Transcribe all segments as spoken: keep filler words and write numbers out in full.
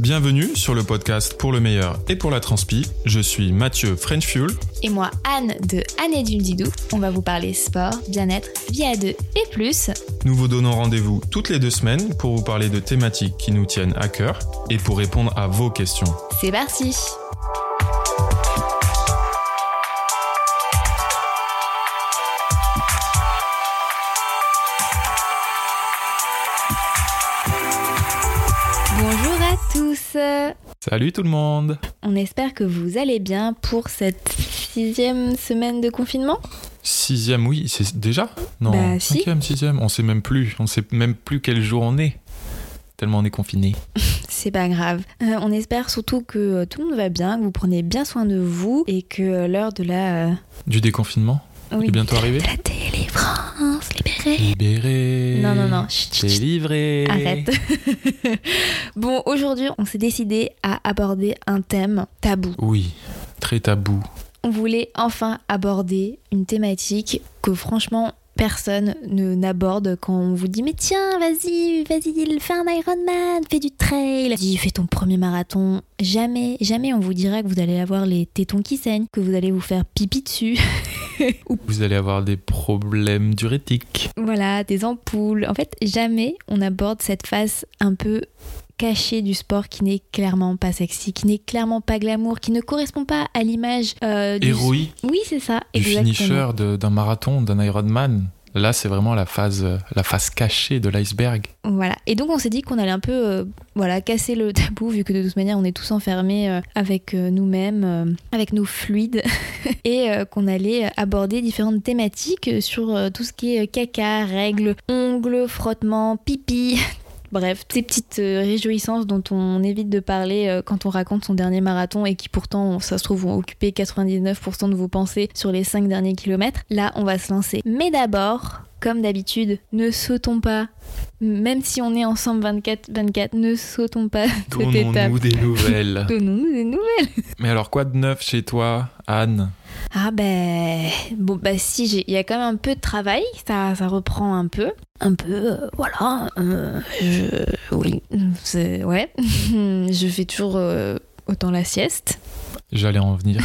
bienvenue sur le podcast pour le meilleur et pour la transpi. Je suis Mathieu French Fuel. Et moi Anne de Anne et du Didou. On va vous parler sport, bien-être, vie à deux et plus. Nous vous donnons rendez-vous toutes les deux semaines pour vous parler de thématiques qui nous tiennent à cœur et pour répondre à vos questions. C'est parti! Bonjour à tous. Salut tout le monde. On espère que vous allez bien pour cette sixième semaine de confinement. Sixième, oui, c'est déjà Non, bah, si. cinquième, sixième, on sait même plus. On sait même plus quel jour on est. Tellement on est confinés. C'est pas grave. Euh, on espère surtout que euh, tout le monde va bien, que vous prenez bien soin de vous et que euh, l'heure de la... Euh... Du déconfinement oui. est bientôt arrivé. De la délivrance, libérée. Libéré. Non, non, non. Chut, chut, délivré. Arrête. Bon, aujourd'hui, on s'est décidé à aborder un thème tabou. Oui, très tabou. On voulait enfin aborder une thématique que franchement personne ne n'aborde quand on vous dit mais tiens vas-y vas-y fais un Ironman, fais du trail, dis fais ton premier marathon. Jamais jamais on vous dira que vous allez avoir les tétons qui saignent, que vous allez vous faire pipi dessus. Ou vous allez avoir des problèmes diurétiques. Voilà, des ampoules. En fait jamais on aborde cette face un peu caché du sport qui n'est clairement pas sexy, qui n'est clairement pas glamour, qui ne correspond pas à l'image euh, du... héroïque. Oui, c'est ça. Du exactement. finisher de, d'un marathon, d'un Ironman. Là, c'est vraiment la phase, la face cachée de l'iceberg. Voilà. Et donc, on s'est dit qu'on allait un peu euh, voilà, casser le tabou, vu que de toute manière, on est tous enfermés euh, avec euh, nous-mêmes, euh, avec nos fluides, et euh, qu'on allait aborder différentes thématiques sur euh, tout ce qui est caca, règles, ongles, frottements, pipi... Bref, ces petites euh, réjouissances dont on évite de parler euh, quand on raconte son dernier marathon et qui pourtant, ça se trouve, vont occuper quatre-vingt-dix-neuf pour cent de vos pensées sur les cinq derniers kilomètres. Là, on va se lancer. Mais d'abord, comme d'habitude, ne sautons pas. Même si on est ensemble vingt-quatre vingt-quatre, ne sautons pas cette étape. Donnons-nous des nouvelles. Donnons-nous des nouvelles. Mais alors, quoi de neuf chez toi, Anne ? Ah ben... Bon, bah si, il y a quand même un peu de travail, ça, ça reprend un peu. Un peu, euh, voilà. Euh, je... Oui, c'est... Ouais. Je fais toujours euh, autant la sieste. J'allais en venir.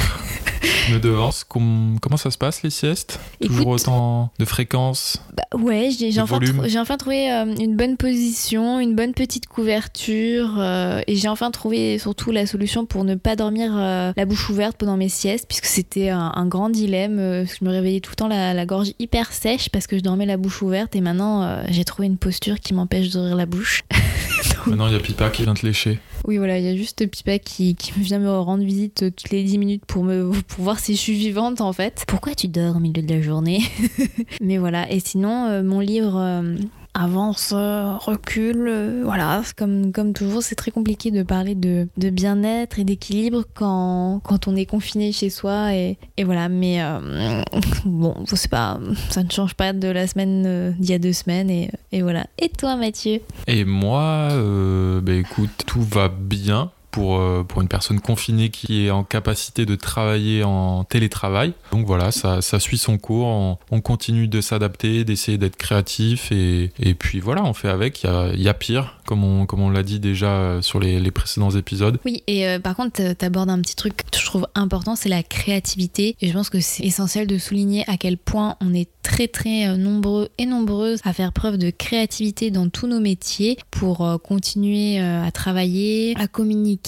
Me devance. Com- comment ça se passe, les siestes ? Écoute, toujours autant de fréquences ? Bah ouais, j'ai, j'ai, enfin, volume. tr- j'ai enfin trouvé euh, une bonne position, une bonne petite couverture euh, et j'ai enfin trouvé surtout la solution pour ne pas dormir euh, la bouche ouverte pendant mes siestes, puisque c'était un, un grand dilemme. Euh, je me réveillais tout le temps la, la gorge hyper sèche parce que je dormais la bouche ouverte et maintenant euh, j'ai trouvé une posture qui m'empêche d'ouvrir la bouche. Donc... Maintenant, il y a Pipa qui vient te lécher. Oui, voilà, il y a juste Pipa qui, qui vient me rendre visite toutes les dix minutes pour, me, pour voir si je suis vivante en fait. Pourquoi tu dors au milieu de la journée ? Mais voilà, et sinon, euh, mon livre euh, avance, euh, recule, euh, voilà, comme, comme toujours, c'est très compliqué de parler de, de bien-être et d'équilibre quand, quand on est confiné chez soi, et, et voilà, mais euh, bon, c'est pas, ça ne change pas de la semaine euh, d'il y a deux semaines, et, et voilà. Et toi, Mathieu ? Et moi, euh, bah écoute, tout va bien. Pour, euh, pour une personne confinée qui est en capacité de travailler en télétravail. Donc voilà, ça, ça suit son cours, on, on continue de s'adapter, d'essayer d'être créatif et, et puis voilà, on fait avec, il y a, y a pire, comme on, comme on l'a dit déjà sur les, les précédents épisodes. Oui, et euh, par contre, t'abordes un petit truc que je trouve important, c'est la créativité, et je pense que c'est essentiel de souligner à quel point on est très très nombreux et nombreuses à faire preuve de créativité dans tous nos métiers pour euh, continuer euh, à travailler, à communiquer,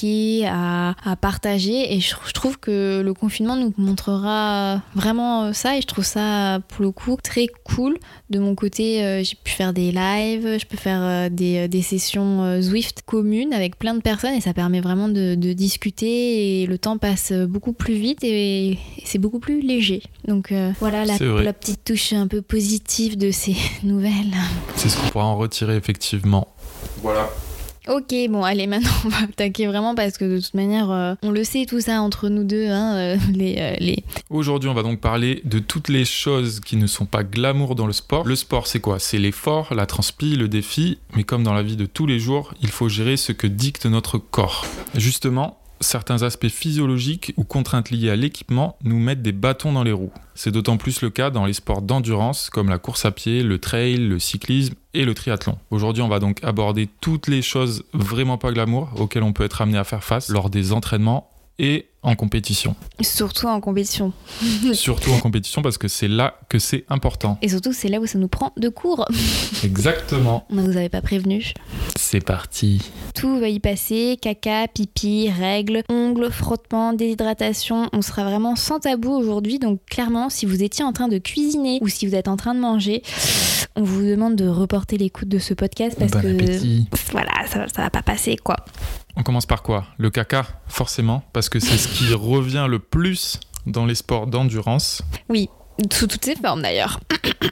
À, à partager, et je, je trouve que le confinement nous montrera vraiment ça, et je trouve ça pour le coup très cool. De mon côté, euh, j'ai pu faire des lives, je peux faire euh, des, des sessions euh, Zwift communes avec plein de personnes, et ça permet vraiment de, de discuter, et le temps passe beaucoup plus vite et, et c'est beaucoup plus léger. Donc euh, voilà la, la petite touche un peu positive de ces nouvelles. C'est ce qu'on pourra en retirer effectivement. Voilà. Ok, bon, allez, maintenant on va attaquer vraiment parce que de toute manière, euh, on le sait tout ça entre nous deux, hein, euh, les, euh, les... Aujourd'hui, on va donc parler de toutes les choses qui ne sont pas glamour dans le sport. Le sport, c'est quoi ? C'est l'effort, la transpi, le défi, mais comme dans la vie de tous les jours, il faut gérer ce que dicte notre corps. Justement, certains aspects physiologiques ou contraintes liées à l'équipement nous mettent des bâtons dans les roues. C'est d'autant plus le cas dans les sports d'endurance comme la course à pied, le trail, le cyclisme et le triathlon. Aujourd'hui, on va donc aborder toutes les choses vraiment pas glamour auxquelles on peut être amené à faire face lors des entraînements et en compétition. Surtout en compétition. Surtout en compétition parce que c'est là que c'est important. Et surtout, c'est là où ça nous prend de court. Exactement. On ne vous avait pas prévenu. C'est parti. Tout va y passer, caca, pipi, règles, ongles, frottement, déshydratation. On sera vraiment sans tabou aujourd'hui. Donc clairement, si vous étiez en train de cuisiner ou si vous êtes en train de manger, on vous demande de reporter l'écoute de ce podcast parce bon que appétit. Voilà, ça, ça va pas passer quoi. On commence par quoi ? Le caca, forcément, parce que c'est ce qui revient le plus dans les sports d'endurance. Oui, sous toutes ses formes d'ailleurs.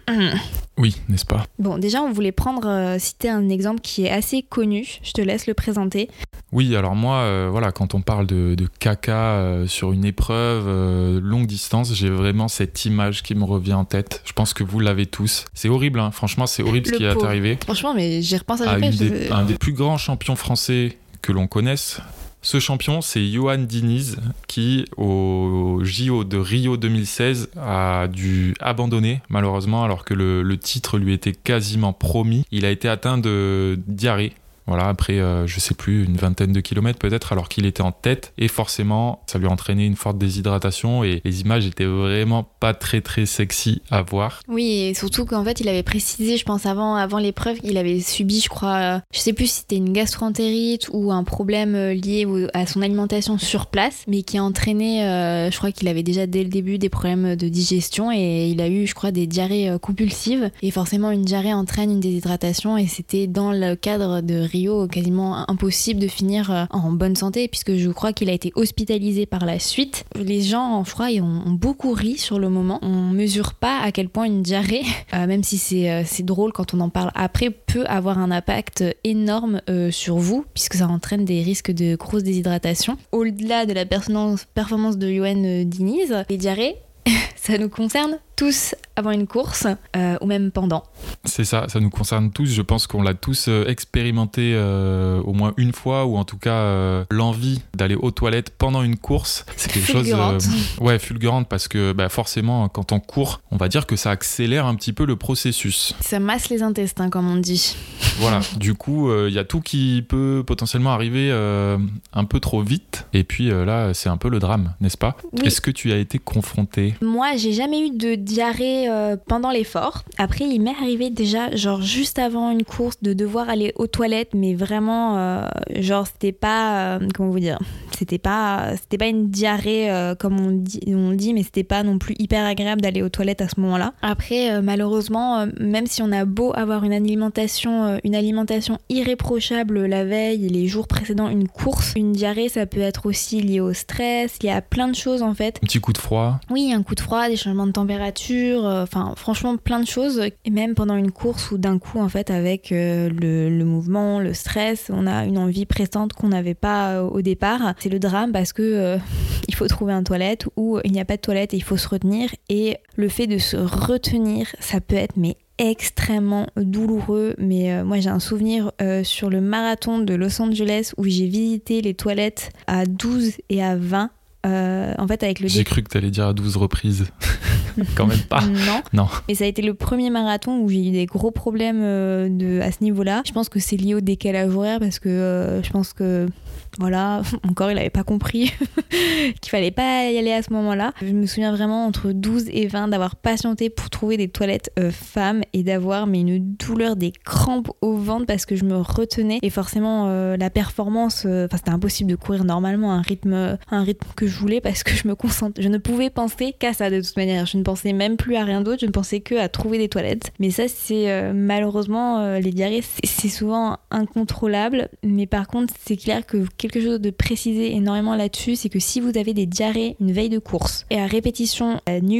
Oui, n'est-ce pas ? Bon, déjà, on voulait prendre, euh, citer un exemple qui est assez connu. Je te laisse le présenter. Oui, alors moi, euh, voilà, quand on parle de, de caca euh, sur une épreuve euh, longue distance, j'ai vraiment cette image qui me revient en tête. Je pense que vous l'avez tous. C'est horrible, hein. Franchement, c'est horrible ce Le qui est pauvre. arrivé. Franchement, mais j'y repense à À chaque fois. une je- des- un des plus grands champions français que l'on connaisse. Ce champion, c'est Johan Diniz, qui, au J O de Rio deux mille seize, a dû abandonner, malheureusement, alors que le, le titre lui était quasiment promis. Il a été atteint de diarrhée. Voilà, après, euh, je sais plus, une vingtaine de kilomètres peut-être, alors qu'il était en tête. Et forcément, ça lui a entraîné une forte déshydratation et les images étaient vraiment pas très très sexy à voir. Oui, et surtout qu'en fait, il avait précisé, je pense, avant, avant l'épreuve, qu'il avait subi, je crois, euh, je sais plus si c'était une gastroentérite ou un problème euh, lié au- à son alimentation sur place, mais qui a entraîné, euh, je crois qu'il avait déjà dès le début des problèmes de digestion et il a eu, je crois, des diarrhées euh, compulsives. Et forcément, une diarrhée entraîne une déshydratation et c'était dans le cadre de Rio quasiment impossible de finir euh, en bonne santé puisque je crois qu'il a été hospitalisé par la suite. Les gens, je crois, ils ont, ont beaucoup ri sur le moment. On mesure pas à quel point une diarrhée, euh, même si c'est, euh, c'est drôle quand on en parle après, peut avoir un impact énorme euh, sur vous puisque ça entraîne des risques de grosse déshydratation. Au-delà de la performance, performance de Johan Diniz, les diarrhées, ça nous concerne tous avant une course euh, ou même pendant. C'est ça, ça nous concerne tous. Je pense qu'on l'a tous euh, expérimenté euh, au moins une fois, ou en tout cas euh, l'envie d'aller aux toilettes pendant une course. C'est quelque Fulgurante. chose, euh, ouais, fulgurante, parce que bah, forcément, quand on court, on va dire que ça accélère un petit peu le processus. Ça masse les intestins, comme on dit. Voilà. Du coup, il euh, y a tout qui peut potentiellement arriver euh, un peu trop vite. Et puis euh, là, c'est un peu le drame, n'est-ce pas ? Oui. Est-ce que tu as été confronté ? Moi, j'ai jamais eu de diarrhée euh, pendant l'effort. Après, il m'est arrivé déjà, genre juste avant une course, de devoir aller aux toilettes, mais vraiment, euh, genre, c'était pas, euh, comment vous dire, c'était pas, c'était pas une diarrhée euh, comme on dit, on dit, mais c'était pas non plus hyper agréable d'aller aux toilettes à ce moment-là. Après, euh, malheureusement, euh, même si on a beau avoir une alimentation, euh, une alimentation irréprochable la veille et les jours précédant une course, une diarrhée, ça peut être aussi lié au stress, lié à plein de choses en fait. Un petit coup de froid ? Oui, un coup de froid, des changements de température, enfin euh, franchement plein de choses. Et même pendant une course où d'un coup en fait avec euh, le, le mouvement, le stress, on a une envie pressante qu'on n'avait pas euh, au départ. C'est le drame parce que euh, il faut trouver un toilette ou il n'y a pas de toilette et il faut se retenir. Et le fait de se retenir, ça peut être mais extrêmement douloureux, mais euh, moi j'ai un souvenir euh, sur le marathon de Los Angeles où j'ai visité les toilettes à douze et à vingt. Euh, en fait avec le J'ai cru que t'allais dire à douze reprises. Quand même pas. Non. Non. Mais ça a été le premier marathon où j'ai eu des gros problèmes euh, de, à ce niveau-là. Je pense que c'est lié au décalage horaire parce que euh, je pense que voilà, mon corps il avait pas compris qu'il fallait pas y aller à ce moment-là. Je me souviens vraiment entre douze et vingt d'avoir patienté pour trouver des toilettes euh, femmes et d'avoir mais une douleur, des crampes au ventre parce que je me retenais et forcément euh, la performance, enfin euh, c'était impossible de courir normalement à un rythme, un rythme que je voulais parce que je me concentre, je ne pouvais penser qu'à ça de toute manière. Je ne pensais même plus à rien d'autre, je ne pensais que à trouver des toilettes. Mais ça c'est euh, malheureusement euh, les diarrhées c'est, c'est souvent incontrôlable. Mais par contre c'est clair que quelque chose de précisé énormément là-dessus, c'est que si vous avez des diarrhées une veille de course et à répétition la nuit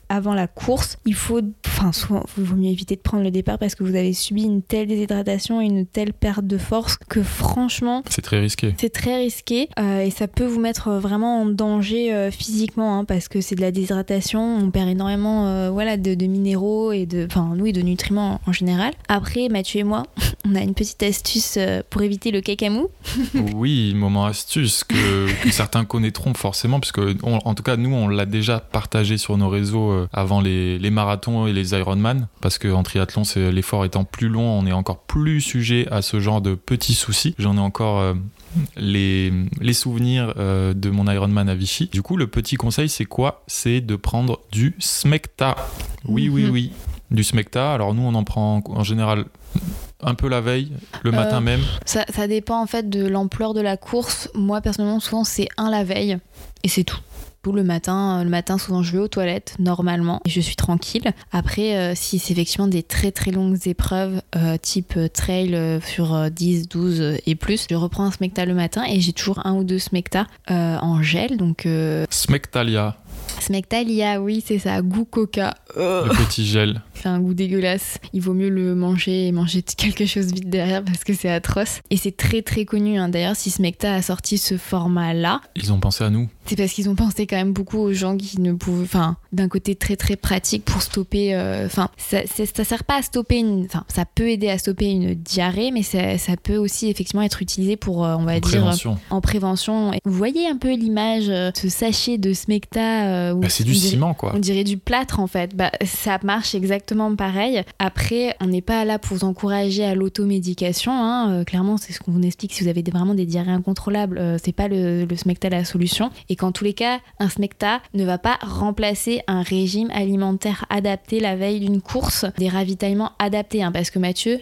avant la course, il faut, enfin, souvent, il vaut mieux éviter de prendre le départ parce que vous avez subi une telle déshydratation et une telle perte de force que franchement, c'est très risqué. C'est très risqué euh, et ça peut vous mettre vraiment en danger euh, physiquement hein, parce que c'est de la déshydratation, on perd énormément euh, voilà, de, de minéraux et de, enfin, oui, de nutriments en général. Après, Mathieu et moi, on a une petite astuce euh, pour éviter le cacamou. Oui, moment astuce que, que certains connaîtront forcément, puisque on, en tout cas, nous, on l'a déjà partagé sur nos réseaux euh, avant les, les marathons et les Ironman, parce qu'en triathlon, c'est, l'effort étant plus long, on est encore plus sujet à ce genre de petits soucis. J'en ai encore euh, les, les souvenirs euh, de mon Ironman à Vichy. Du coup, le petit conseil, c'est quoi ? C'est de prendre du Smecta. Oui, mm-hmm. oui, oui. Du Smecta. Alors nous, on en prend en général un peu la veille, le euh, matin même. Ça, ça dépend en fait de l'ampleur de la course. Moi, personnellement, souvent, c'est un la veille et c'est tout. Le matin, le matin, souvent, je vais aux toilettes, normalement, et je suis tranquille. Après, euh, si c'est effectivement des très très longues épreuves, euh, type trail euh, sur euh, dix, douze et plus, je reprends un Smecta le matin et j'ai toujours un ou deux Smecta euh, en gel. Donc, euh... Smectalia. Smectalia, oui, c'est ça, goût coca. Le petit gel. C'est un goût dégueulasse. Il vaut mieux le manger et manger quelque chose vite derrière parce que c'est atroce. Et c'est très très connu. Hein. D'ailleurs, si Smecta a sorti ce format-là, ils ont pensé à nous. C'est parce qu'ils ont pensé quand même beaucoup aux gens qui ne pouvaient... Enfin, d'un côté très très pratique pour stopper... Enfin, euh, ça, ça sert pas à stopper une... Enfin, ça peut aider à stopper une diarrhée, mais ça, ça peut aussi effectivement être utilisé pour, euh, on va en dire... Prévention. En prévention. Vous voyez un peu l'image, euh, ce sachet de Smecta... Euh, bah, c'est du dirait, ciment, quoi. On dirait du plâtre, en fait. Bah, ça marche exactement pareil. Après, on n'est pas là pour vous encourager à l'automédication. Hein. Euh, clairement, c'est ce qu'on vous explique. Si vous avez des, vraiment des diarrhées incontrôlables, euh, c'est pas le, le Smecta la solution. Et qu'en tous les cas, un Smecta ne va pas remplacer un régime alimentaire adapté la veille d'une course, des ravitaillements adaptés. Hein, parce que Mathieu,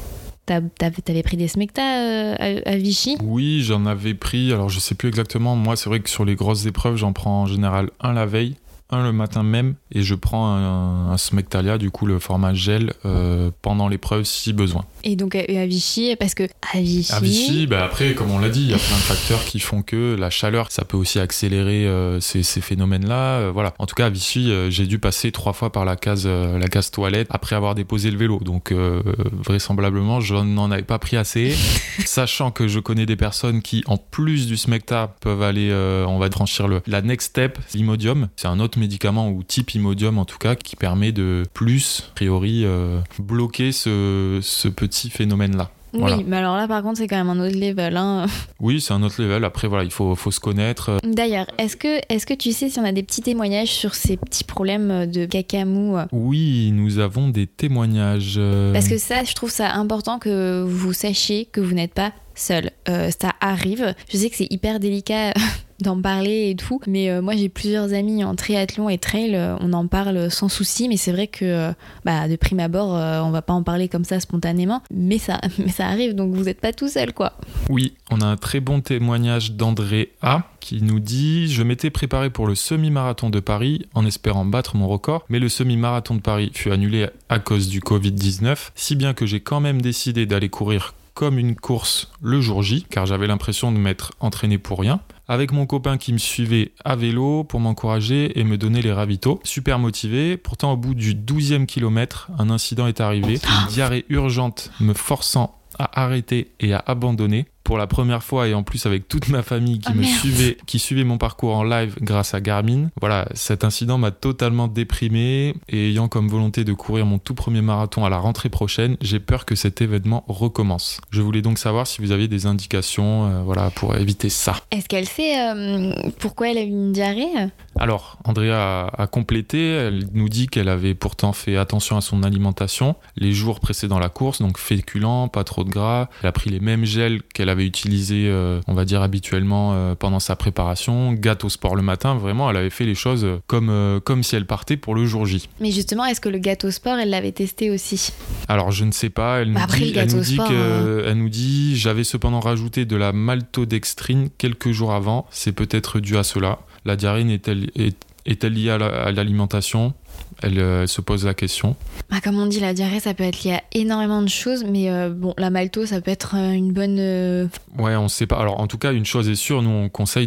t'avais pris des Smecta euh, à, à Vichy ? Oui, j'en avais pris. Alors, je sais plus exactement. Moi, c'est vrai que sur les grosses épreuves, j'en prends en général un la veille, un le matin même, et je prends un, un Smectalia, du coup le format gel, euh, pendant l'épreuve si besoin. Et donc à, à Vichy, parce que à Vichy... À Vichy, bah après, comme on l'a dit, il y a plein de facteurs qui font que la chaleur, ça peut aussi accélérer euh, ces, ces phénomènes-là. Euh, voilà. En tout cas, à Vichy, euh, j'ai dû passer trois fois par la case, euh, la case toilette après avoir déposé le vélo. Donc euh, vraisemblablement, je n'en avais pas pris assez. Sachant que je connais des personnes qui, en plus du Smecta, peuvent aller, euh, on va franchir le, la next step, l'Imodium. C'est un autre médicament, ou type Imodium en tout cas, qui permet de plus, a priori, euh, bloquer ce, ce petit phénomène-là. Oui, voilà. Mais alors là, par contre, c'est quand même un autre level. Hein. Oui, c'est un autre level. Après, voilà, il faut, faut se connaître. D'ailleurs, est-ce que, est-ce que tu sais si on a des petits témoignages sur ces petits problèmes de cacamou ? Oui, nous avons des témoignages. Parce que ça, je trouve ça important que vous sachiez que vous n'êtes pas seul. Euh, ça arrive. Je sais que c'est hyper délicat d'en parler et tout, mais euh, moi j'ai plusieurs amis en triathlon et trail, euh, on en parle sans souci, mais c'est vrai que euh, bah, de prime abord euh, on va pas en parler comme ça spontanément, mais ça, mais ça arrive, donc vous êtes pas tout seul, quoi. Oui, on a un très bon témoignage d'André A qui nous dit: je m'étais préparé pour le semi-marathon de Paris en espérant battre mon record, mais le semi-marathon de Paris fut annulé à cause du covid dix-neuf, si bien que j'ai quand même décidé d'aller courir comme une course le jour J, car j'avais l'impression de m'être entraîné pour rien, avec mon copain qui me suivait à vélo pour m'encourager et me donner les ravitaux. Super motivé, pourtant au bout du douzième kilomètre, un incident est arrivé, une diarrhée urgente me forçant à arrêter et à abandonner. Pour la première fois, et en plus avec toute ma famille qui oh, me merde. suivait, qui suivait mon parcours en live grâce à Garmin. Voilà, cet incident m'a totalement déprimé, et ayant comme volonté de courir mon tout premier marathon à la rentrée prochaine, j'ai peur que cet événement recommence. Je voulais donc savoir si vous aviez des indications euh, voilà, pour éviter ça. Est-ce qu'elle sait euh, pourquoi elle a eu une diarrhée ? Alors, Andrea a, a complété, elle nous dit qu'elle avait pourtant fait attention à son alimentation les jours précédant la course, donc féculents, pas trop de gras. Elle a pris les mêmes gels qu'elle avait utilisés, euh, on va dire habituellement euh, pendant sa préparation, gâteau sport le matin, vraiment, elle avait fait les choses comme, euh, comme si elle partait pour le jour J. Mais justement, est-ce que le gâteau sport, elle l'avait testé aussi ? Alors, je ne sais pas, elle nous bah après, dit, elle nous dit, sport, que, hein. elle nous dit, j'avais cependant rajouté de la maltodextrine quelques jours avant, c'est peut-être dû à cela. La diarrhée est-elle, est, est-elle liée à, la, à l'alimentation ? Elle, euh, elle se pose la question. Bah, comme on dit, la diarrhée, ça peut être lié à énormément de choses, mais euh, bon, la malto, ça peut être euh, une bonne... Euh... Ouais, on sait pas. Alors, en tout cas, une chose est sûre, nous, on conseille de ne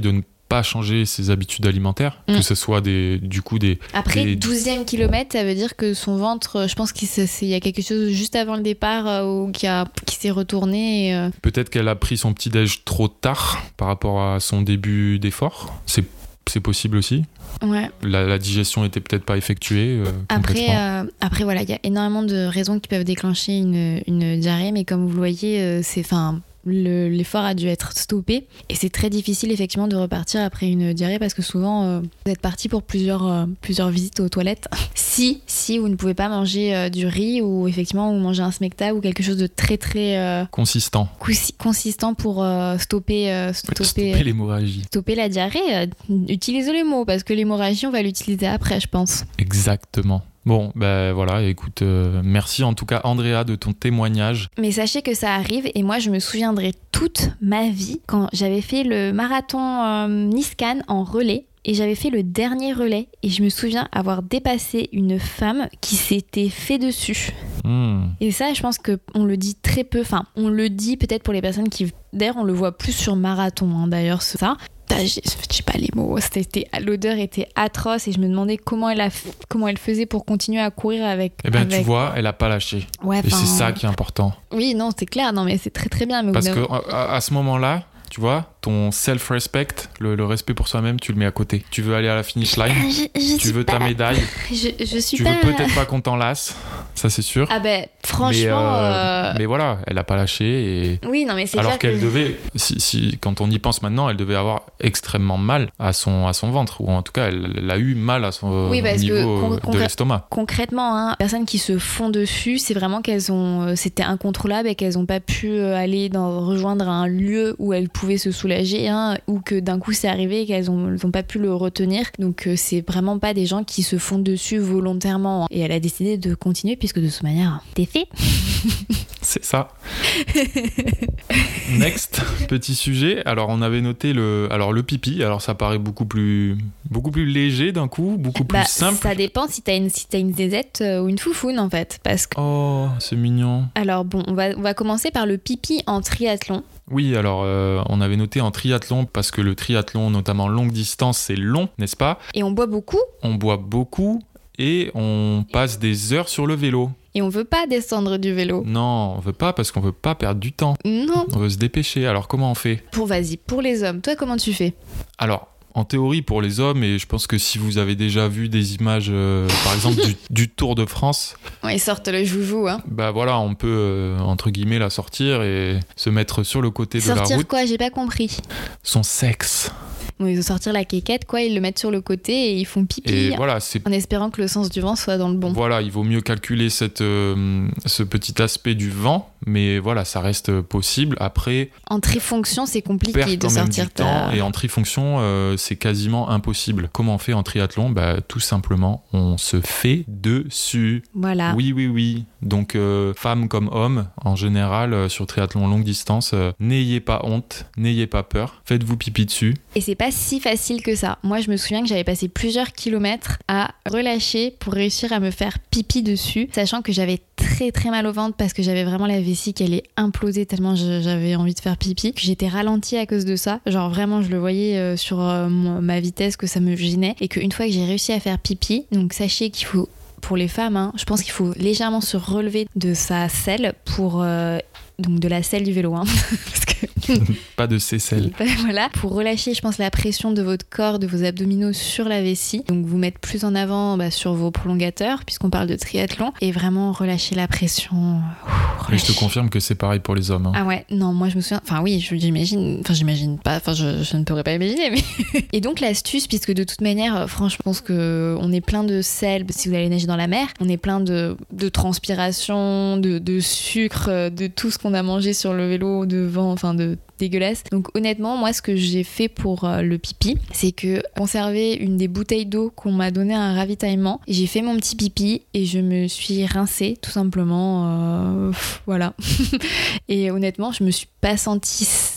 pas changer ses habitudes alimentaires, mmh. que ce soit des, du coup des... Après, des... douzième kilomètre, ça veut dire que son ventre, je pense qu'il y a quelque chose juste avant le départ euh, où, qui, a, qui s'est retourné. Et, euh... Peut-être qu'elle a pris son petit-déj trop tard par rapport à son début d'effort. C'est, c'est possible aussi. Ouais. La, la digestion était peut-être pas effectuée. Euh, après, euh, après, voilà, il y a énormément de raisons qui peuvent déclencher une, une diarrhée, mais comme vous le voyez, euh, c'est... Fin, Le, l'effort a dû être stoppé et c'est très difficile effectivement de repartir après une diarrhée parce que souvent euh, vous êtes parti pour plusieurs, euh, plusieurs visites aux toilettes si, si vous ne pouvez pas manger euh, du riz ou effectivement vous mangez un smecta ou quelque chose de très très euh, consistant cons- consistant pour euh, stopper, euh, stopper, stopper l'hémorragie, stopper la diarrhée. Euh, utilisez le mot parce que l'hémorragie on va l'utiliser après, je pense. Exactement. Bon, ben voilà, écoute, euh, merci en tout cas Andrea de ton témoignage. Mais sachez que ça arrive et moi je me souviendrai toute ma vie quand j'avais fait le marathon euh, Niscan en relais et j'avais fait le dernier relais et je me souviens avoir dépassé une femme qui s'était fait dessus. Mmh. Et ça, je pense qu'on le dit très peu, enfin on le dit peut-être pour les personnes qui... D'ailleurs on le voit plus sur marathon hein, d'ailleurs ça. Je sais pas les mots, c'était, l'odeur était atroce et je me demandais comment elle, a, comment elle faisait pour continuer à courir avec... Eh bien avec... tu vois, elle a pas lâché. Ouais, et c'est ça qui est important. Oui, non, c'est clair, non mais c'est très très bien. Mais parce que à, à ce moment-là, tu vois, ton self-respect, le, le respect pour soi-même, tu le mets à côté. Tu veux aller à la finish line, je, je tu veux pas... ta médaille, je, je suis tu pas... veux peut-être pas qu'on t'en lasse, ça c'est sûr. Ah ben, franchement... Mais, euh, euh... mais voilà, elle a pas lâché. Et... Oui, non mais c'est alors clair qu'elle que... devait, si, si, quand on y pense maintenant, elle devait avoir extrêmement mal à son, à son ventre, ou en tout cas, elle, elle a eu mal à son oui, parce niveau que, con- de l'estomac. Concrètement, hein, les personnes qui se font dessus, c'est vraiment qu'elles ont, euh, c'était incontrôlable et qu'elles n'ont pas pu euh, aller dans, rejoindre un lieu où elles pouvaient se soulager, hein, ou que d'un coup c'est arrivé et qu'elles n'ont pas pu le retenir. Donc euh, c'est vraiment pas des gens qui se font dessus volontairement. Hein. Et elle a décidé de continuer puisque de toute manière, t'es fait. C'est ça. Next, petit sujet. Alors on avait noté le, alors le pipi. Alors ça paraît beaucoup plus, beaucoup plus léger d'un coup, beaucoup plus bah, simple. Ça dépend si t'as une, si t'as une zézette euh, ou une foufoune en fait, parce que. Oh, c'est mignon. Alors bon, on va, on va commencer par le pipi en triathlon. Oui, alors euh, on avait noté en triathlon parce que le triathlon, notamment longue distance, c'est long, n'est-ce pas ? Et on boit beaucoup. On boit beaucoup et on passe des heures sur le vélo. Et on veut pas descendre du vélo. Non, on veut pas parce qu'on veut pas perdre du temps. Non. On veut se dépêcher. Alors comment on fait ? Pour vas-y, pour les hommes, toi comment tu fais ? Alors, en théorie pour les hommes, et je pense que si vous avez déjà vu des images, euh, par exemple du, du Tour de France, ouais, ils sortent le joujou, hein. Bah voilà, on peut euh, entre guillemets la sortir et se mettre sur le côté sortir de la route. Sortir quoi ? J'ai pas compris. Son sexe. Bon, ils vont sortir la quéquette, quoi, ils le mettent sur le côté et ils font pipi. Et voilà, c'est... En espérant que le sens du vent soit dans le bon. Voilà, il vaut mieux calculer cette, euh, ce petit aspect du vent, mais voilà, ça reste possible. Après, en trifonction, c'est compliqué de sortir du ta... temps, et en trifonction, euh, c'est quasiment impossible. Comment on fait en triathlon ? Bah, tout simplement, on se fait dessus. Voilà. Oui, oui, oui. Donc, euh, femmes comme hommes, en général, euh, sur triathlon longue distance, euh, n'ayez pas honte, n'ayez pas peur, faites-vous pipi dessus. Et c'est pas si facile que ça. Moi, je me souviens que j'avais passé plusieurs kilomètres à relâcher pour réussir à me faire pipi dessus, sachant que j'avais très très mal au ventre parce que j'avais vraiment la vessie qui allait imploser tellement j'avais envie de faire pipi. J'étais ralentie à cause de ça. Genre vraiment, je le voyais euh, sur euh, ma vitesse que ça me gênait et qu'une fois que j'ai réussi à faire pipi, donc sachez qu'il faut, pour les femmes, hein, je pense qu'il faut légèrement se relever de sa selle pour... Euh, donc de la selle du vélo, hein. Parce que... pas de cécelle. Voilà, pour relâcher, je pense, la pression de votre corps, de vos abdominaux sur la vessie. Donc vous mettre plus en avant bah, sur vos prolongateurs, puisqu'on parle de triathlon, et vraiment relâcher la pression. Ouh, Mais je te confirme que c'est pareil pour les hommes. Hein. Ah ouais, non, moi je me souviens, enfin oui, j'imagine, enfin j'imagine pas, enfin je, je ne pourrais pas imaginer, mais... Et donc l'astuce, puisque de toute manière, franchement, je pense qu'on est plein de sel, si vous allez nager dans la mer, on est plein de, de transpiration, de, de sucre, de tout ce qu'on a mangé sur le vélo, de vent, enfin de dégueulasse. Donc honnêtement, moi ce que j'ai fait pour euh, le pipi, c'est que conserver une des bouteilles d'eau qu'on m'a donné à un ravitaillement, j'ai fait mon petit pipi et je me suis rincée tout simplement, euh, voilà. Et honnêtement, je me suis pas sentie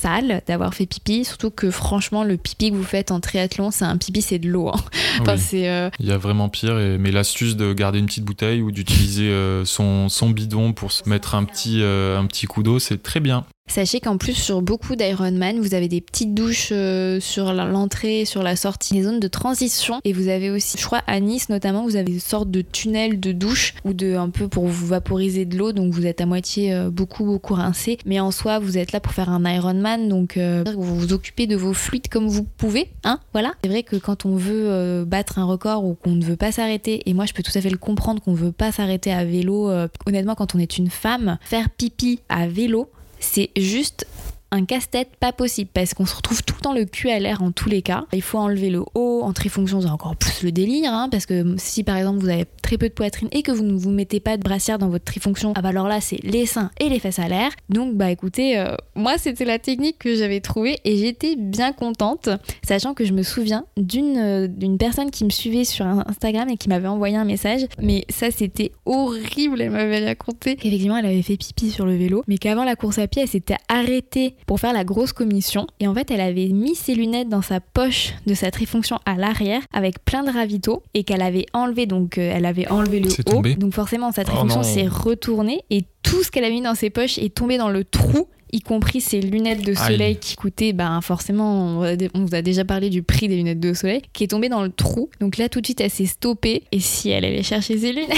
sale d'avoir fait pipi, surtout que franchement le pipi que vous faites en triathlon, c'est un pipi, c'est de l'eau. Hein. Enfin, oui. c'est, euh... Il y a vraiment pire, et... mais l'astuce de garder une petite bouteille ou d'utiliser euh, son, son bidon pour se mettre un petit, euh, un petit coup d'eau, c'est très bien. Sachez qu'en plus, sur beaucoup d'Ironman, vous avez des petites douches euh, sur l'entrée, sur la sortie, des zones de transition. Et vous avez aussi, je crois, à Nice notamment, vous avez une sorte de tunnel de douche ou de un peu pour vous vaporiser de l'eau. Donc vous êtes à moitié euh, beaucoup, beaucoup rincé. Mais en soi, vous êtes là pour faire un Ironman. Donc euh, vous vous occupez de vos fluides comme vous pouvez. Hein, voilà. C'est vrai que quand on veut euh, battre un record ou qu'on ne veut pas s'arrêter, et moi je peux tout à fait le comprendre qu'on ne veut pas s'arrêter à vélo. Euh, honnêtement, quand on est une femme, faire pipi à vélo, c'est juste un casse-tête pas possible parce qu'on se retrouve tout le temps le cul à l'air en tous les cas. Il faut enlever le haut, en trifonction c'est encore plus le délire hein, parce que si par exemple vous avez très peu de poitrine et que vous ne vous mettez pas de brassière dans votre trifonction, ah bah alors là c'est les seins et les fesses à l'air. Donc bah écoutez, euh, moi c'était la technique que j'avais trouvée et j'étais bien contente, sachant que je me souviens d'une, euh, d'une personne qui me suivait sur Instagram et qui m'avait envoyé un message, mais ça c'était horrible, elle m'avait raconté qu'effectivement elle avait fait pipi sur le vélo, mais qu'avant la course à pied elle s'était arrêtée pour faire la grosse commission et en fait elle avait mis ses lunettes dans sa poche de sa trifonction à l'arrière avec plein de ravitaux et qu'elle avait enlevé, donc euh, elle avait enlevé le c'est haut, tombé. donc forcément sa trifonction oh s'est retournée et tout ce qu'elle avait mis dans ses poches est tombé dans le trou, y compris ses lunettes de soleil Aïe. Qui coûtaient, ben forcément, on vous a déjà parlé du prix des lunettes de soleil, qui est tombé dans le trou. Donc là, tout de suite, elle s'est stoppée. Et si elle allait chercher ses lunettes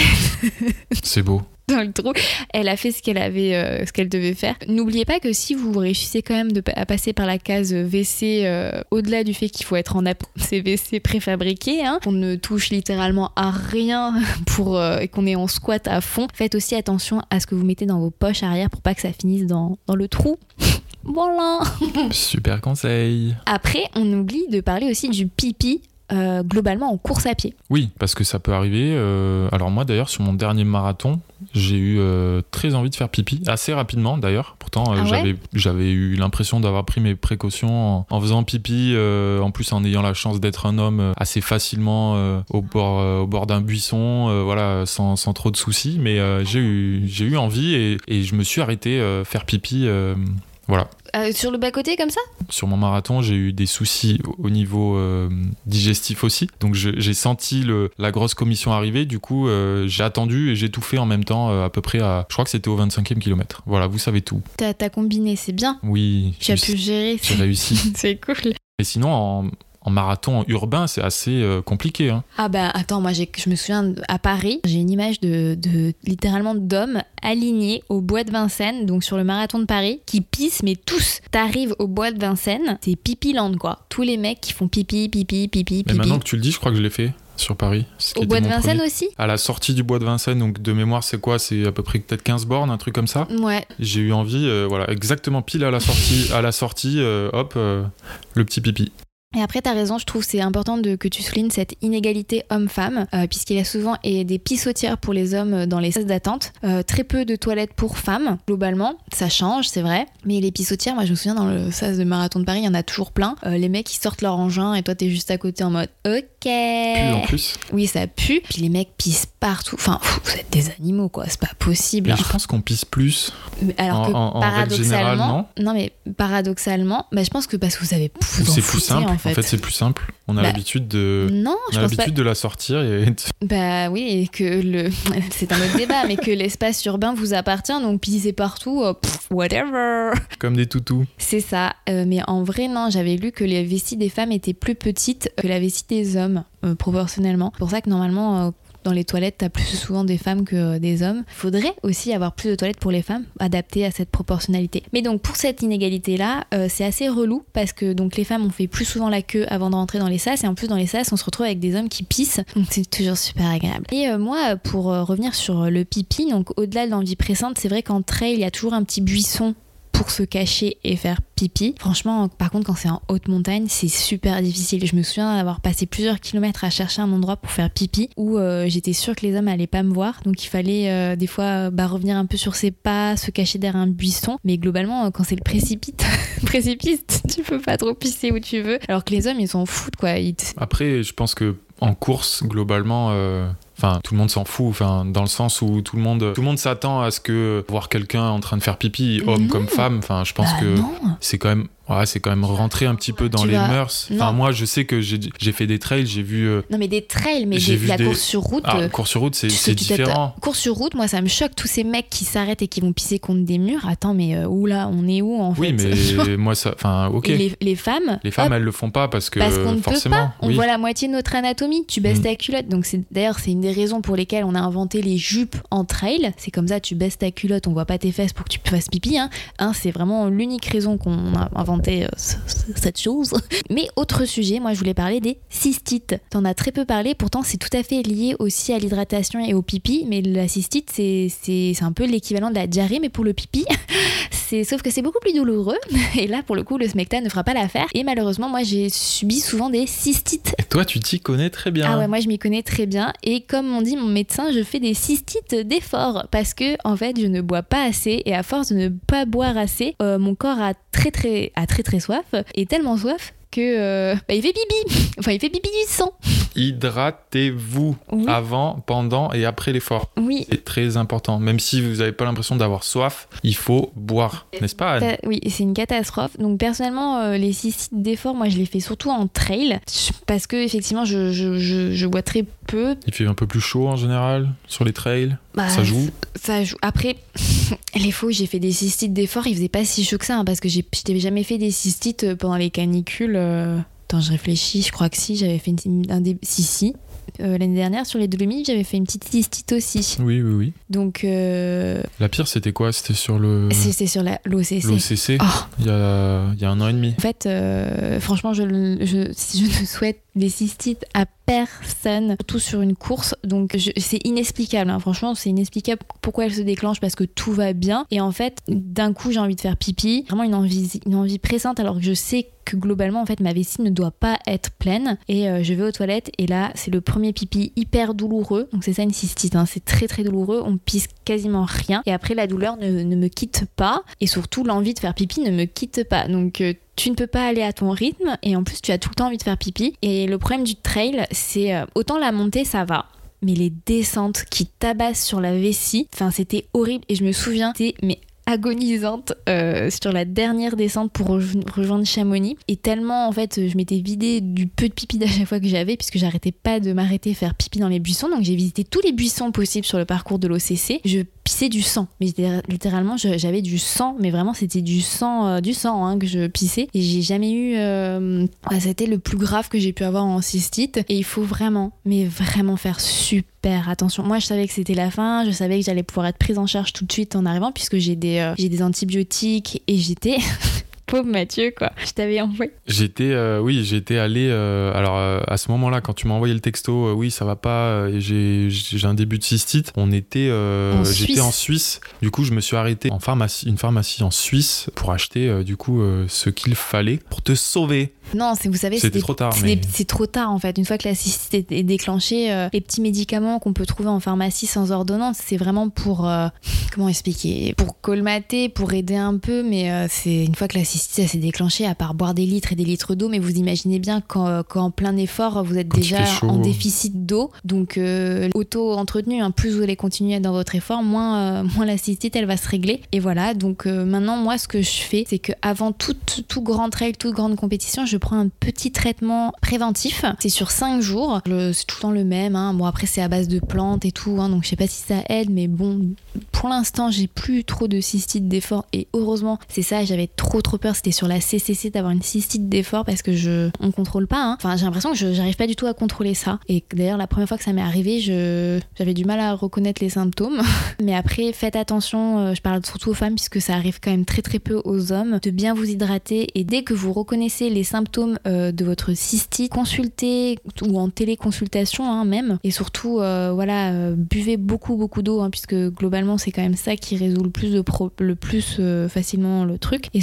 c'est beau. Dans le trou, elle a fait ce qu'elle avait, euh, ce qu'elle devait faire. N'oubliez pas que si vous réussissez quand même de, à passer par la case V C, euh, au-delà du fait qu'il faut être en app, c'est V C préfabriqué, hein, qu'on ne touche littéralement à rien pour euh, et qu'on est en squat à fond. Faites aussi attention à ce que vous mettez dans vos poches arrière pour pas que ça finisse dans, dans le trou. Voilà. Super conseil. Après, on oublie de parler aussi du pipi. Euh, globalement en course à pied. Oui, parce que ça peut arriver. Euh, alors moi d'ailleurs sur mon dernier marathon, j'ai eu euh, très envie de faire pipi, assez rapidement d'ailleurs. Pourtant euh, ah ouais j'avais, j'avais eu l'impression d'avoir pris mes précautions en, en faisant pipi, euh, en plus en ayant la chance d'être un homme euh, assez facilement euh, au, bord, euh, au bord d'un buisson, euh, voilà, sans, sans trop de soucis. Mais euh, j'ai, eu, j'ai eu envie et, et je me suis arrêté euh, faire pipi. Euh, Voilà. Euh, sur le bas-côté comme ça ? Sur mon marathon, j'ai eu des soucis au niveau euh, digestif aussi. Donc je, j'ai senti le, la grosse commission arriver. Du coup, euh, j'ai attendu et j'ai tout fait en même temps, euh, à peu près à... Je crois que c'était au vingt-cinquième kilomètre. Voilà, vous savez tout. T'as, t'as combiné, c'est bien. Oui. Tu as pu gérer. J'ai réussi. C'est cool. Et sinon, en... En marathon urbain, c'est assez euh, compliqué. Hein. Ah bah attends, moi j'ai, je me souviens à Paris, j'ai une image de, de littéralement d'hommes alignés au bois de Vincennes, donc sur le marathon de Paris, qui pissent, mais tous. T'arrives au bois de Vincennes, c'est pipi-land quoi. Tous les mecs qui font pipi, pipi, pipi, pipi. Mais maintenant que tu le dis, je crois que je l'ai fait sur Paris. Au bois de Vincennes premier. Aussi ? À la sortie du bois de Vincennes, donc de mémoire, c'est quoi ? C'est à peu près peut-être quinze bornes, un truc comme ça. Ouais. J'ai eu envie, euh, voilà, exactement pile à la sortie, à la sortie, euh, hop, euh, le petit pipi. Et après, t'as raison, je trouve que c'est important de, que tu soulignes cette inégalité homme-femme, euh, puisqu'il y a souvent et des pissotières pour les hommes dans les sas d'attente, euh, très peu de toilettes pour femmes, globalement. Ça change, c'est vrai, mais les pissotières, moi je me souviens dans le sas de marathon de Paris, il y en a toujours plein. Euh, les mecs, ils sortent leur engin et toi, t'es juste à côté en mode « Ok ». Pue en plus. Oui, ça pue. Puis les mecs pissent partout. Enfin, pff, vous êtes des animaux, quoi. C'est pas possible. Mais je pense qu'on pisse plus. Alors en, que en, en paradoxalement, générale, non, non mais paradoxalement, bah, je pense que parce que vous avez vous c'est en plus simple. En fait, en fait c'est plus simple. On a bah, l'habitude de. Non, je on a pense l'habitude pas... de la sortir et. Bah oui, et que le, c'est un autre débat, mais que l'espace urbain vous appartient, donc pissez partout, euh, pff, whatever. Comme des toutous. C'est ça. Euh, mais en vrai, non, j'avais lu que les vessies des femmes étaient plus petites que la vessie des hommes, euh, proportionnellement. C'est pour ça que normalement. Euh, Dans les toilettes, t'as plus souvent des femmes que des hommes. Il faudrait aussi avoir plus de toilettes pour les femmes, adaptées à cette proportionnalité. Mais donc pour cette inégalité-là, euh, c'est assez relou parce que donc les femmes ont fait plus souvent la queue avant de rentrer dans les sas et en plus dans les sas, on se retrouve avec des hommes qui pissent. Donc c'est toujours super agréable. Et euh, moi, pour euh, revenir sur le pipi, donc au-delà de l'envie pressante, c'est vrai qu'en trail, il y a toujours un petit buisson pour se cacher et faire pipi. Franchement, par contre, quand c'est en haute montagne, c'est super difficile. Je me souviens d'avoir passé plusieurs kilomètres à chercher un endroit pour faire pipi où euh, j'étais sûre que les hommes allaient pas me voir. Donc il fallait euh, des fois bah, revenir un peu sur ses pas, se cacher derrière un buisson. Mais globalement, quand c'est le précipice, précipice, tu peux pas trop pisser où tu veux. Alors que les hommes, ils s'en foutent, quoi. Ils t... Après, je pense que en course, globalement... Euh... Enfin, tout le monde s'en fout. Enfin, dans le sens où tout le monde, tout le monde s'attend à ce que voir quelqu'un en train de faire pipi, homme non. comme femme. Enfin, je pense bah, que non. c'est quand même. Ouais, c'est quand même rentré un petit peu dans Tu les vas... mœurs. Enfin, non. moi, je sais que j'ai, j'ai fait des trails, j'ai vu. Euh... Non, mais des trails, mais j'ai des, vu la des... course sur route. Ah, euh, course sur route, c'est, tu- c'est tu différent. Course sur route, moi, ça me choque tous ces mecs qui s'arrêtent et qui vont pisser contre des murs. Attends, mais euh, où là, on est où en Oui, fait mais moi, ça. Enfin, ok. Et les, les femmes. Les femmes, hop, elles le font pas parce que parce qu'on ne forcément. peut pas. On oui. voit la moitié de notre anatomie. Tu baisses Mm. ta culotte. Donc c'est d'ailleurs c'est une des raisons pour lesquelles on a inventé les jupes en trail. C'est comme ça, tu baisses ta culotte, on voit pas tes fesses pour que tu fasses pipi. Hein. Hein, c'est vraiment l'unique raison qu'on a inventé euh, c- c- cette chose. Mais autre sujet, moi je voulais parler des cystites. T'en as très peu parlé, pourtant c'est tout à fait lié aussi à l'hydratation et au pipi. Mais la cystite, c'est c'est, c'est un peu l'équivalent de la diarrhée, mais pour le pipi. C'est, sauf que c'est beaucoup plus douloureux. Et là, pour le coup, le smecta ne fera pas l'affaire. Et malheureusement, moi, j'ai subi souvent des cystites. Et toi, tu t'y connais très bien. Ah ouais, moi, je m'y connais très bien. Et comme m'ont dit mon médecin, je fais des cystites d'effort. Parce que, en fait, je ne bois pas assez. Et à force de ne pas boire assez, euh, mon corps a très, très, a très, très soif. Et tellement soif que euh, bah, il fait pipi. Enfin, il fait pipi du sang. Hydratez-vous Oui. avant, pendant et après l'effort. Oui. C'est très important. Même si vous n'avez pas l'impression d'avoir soif, il faut boire. N'est-ce pas, Anne ? Ta- Oui, c'est une catastrophe. Donc personnellement, euh, les cystites d'effort, moi je les fais surtout en trail parce que effectivement, je, je, je, je bois très peu. Il fait un peu plus chaud en général sur les trails. Bah, Ça joue. Ça joue. Après, les fois où j'ai fait des cystites d'effort, il faisait pas si chaud que ça hein, parce que j'ai, je t'avais jamais fait des cystites pendant les canicules. euh... Attends, je réfléchis. Je crois que si, j'avais fait une, un des... Si, si. Euh, l'année dernière, sur les Dolomites, j'avais fait une petite cystite aussi. Oui, oui, oui. Donc, euh... La pire, c'était quoi ? C'était sur le... c'est, c'est sur la, l'O C C. l'O C C, Oh. il y a, il y a un an et demi. En fait, euh, franchement, je, je, je ne souhaite des cystites à personne, surtout sur une course. Donc, je, c'est inexplicable. Hein. Franchement, c'est inexplicable pourquoi elle se déclenche parce que tout va bien. Et en fait, d'un coup, j'ai envie de faire pipi. Vraiment une envie, une envie pressante alors que je sais que globalement, en fait, ma vessie ne doit pas être pleine. Et euh, je vais aux toilettes et là, c'est le premier pipi hyper douloureux. Donc, c'est ça une cystite. Hein. C'est très, très douloureux. On pisse quasiment rien. Et après, la douleur ne, ne me quitte pas. Et surtout, l'envie de faire pipi ne me quitte pas. Donc, euh, tu ne peux pas aller à ton rythme et en plus tu as tout le temps envie de faire pipi. Et le problème du trail, c'est euh, autant la montée ça va, mais les descentes qui tabassent sur la vessie, enfin c'était horrible. Et je me souviens, c'était mais agonisante euh, sur la dernière descente pour re- rejoindre Chamonix et tellement en fait je m'étais vidée du peu de pipi à chaque fois que j'avais puisque j'arrêtais pas de m'arrêter faire pipi dans les buissons, donc j'ai visité tous les buissons possibles sur le parcours de l'O C C. Je pissais du sang, mais littéralement je, j'avais du sang, mais vraiment c'était du sang euh, du sang hein, que je pissais et j'ai jamais eu euh... ouais, c'était le plus grave que j'ai pu avoir en cystite et il faut vraiment mais vraiment faire super attention. Moi je savais que c'était la fin, je savais que j'allais pouvoir être prise en charge tout de suite en arrivant puisque j'ai des, euh, j'ai des antibiotiques et j'étais pauvre Mathieu quoi, je t'avais envoyé. J'étais, euh, oui, j'étais allé, euh, alors euh, à ce moment-là, quand tu m'as envoyé le texto, euh, oui, ça va pas, euh, et j'ai, j'ai un début de cystite, on était, euh, En j'étais Suisse. en Suisse, du coup je me suis arrêté en pharmacie, une pharmacie en Suisse pour acheter euh, du coup euh, ce qu'il fallait pour te sauver. Non, c'est, vous savez, C'était c'est, des- trop tard, c'est, mais- des- c'est trop tard en fait. Une fois que la cystite est, est déclenchée, euh, les petits médicaments qu'on peut trouver en pharmacie sans ordonnance, c'est vraiment pour, euh, comment expliquer, pour colmater, pour aider un peu, mais euh, c'est une fois que la cystite elle s'est déclenchée, à part boire des litres et des litres d'eau, mais vous imaginez bien qu'en, qu'en plein effort, vous êtes Quand il déjà fait chaud. en déficit d'eau, donc euh, auto-entretenu, hein, plus vous allez continuer dans votre effort, moins, euh, moins la cystite elle va se régler. Et voilà, donc euh, maintenant moi ce que je fais, c'est qu'avant tout, tout grand trail, toute grande compétition, je prends un petit traitement préventif. C'est sur cinq jours. Le- c'est tout le temps le même. Hein. Bon, après, c'est à base de plantes et tout. Hein, donc, je sais pas si ça aide. Mais bon, pour l'instant, j'ai plus trop de cystite d'effort. Et heureusement, c'est ça. J'avais trop, trop peur. C'était sur la C C C d'avoir une cystite d'effort parce que je, on contrôle pas. Hein. Enfin, j'ai l'impression que je, j'arrive pas du tout à contrôler ça. Et d'ailleurs, la première fois que ça m'est arrivé, je, j'avais du mal à reconnaître les symptômes. Mais après, faites attention. euh, Je parle surtout aux femmes puisque ça arrive quand même très, très peu aux hommes. De bien vous hydrater. Et dès que vous reconnaissez les symptômes euh, de votre cystite, consultez ou en téléconsultation hein, même et surtout euh, voilà euh, buvez beaucoup beaucoup d'eau hein, puisque globalement c'est quand même ça qui résout le plus de pro- le plus euh, facilement le truc et surtout si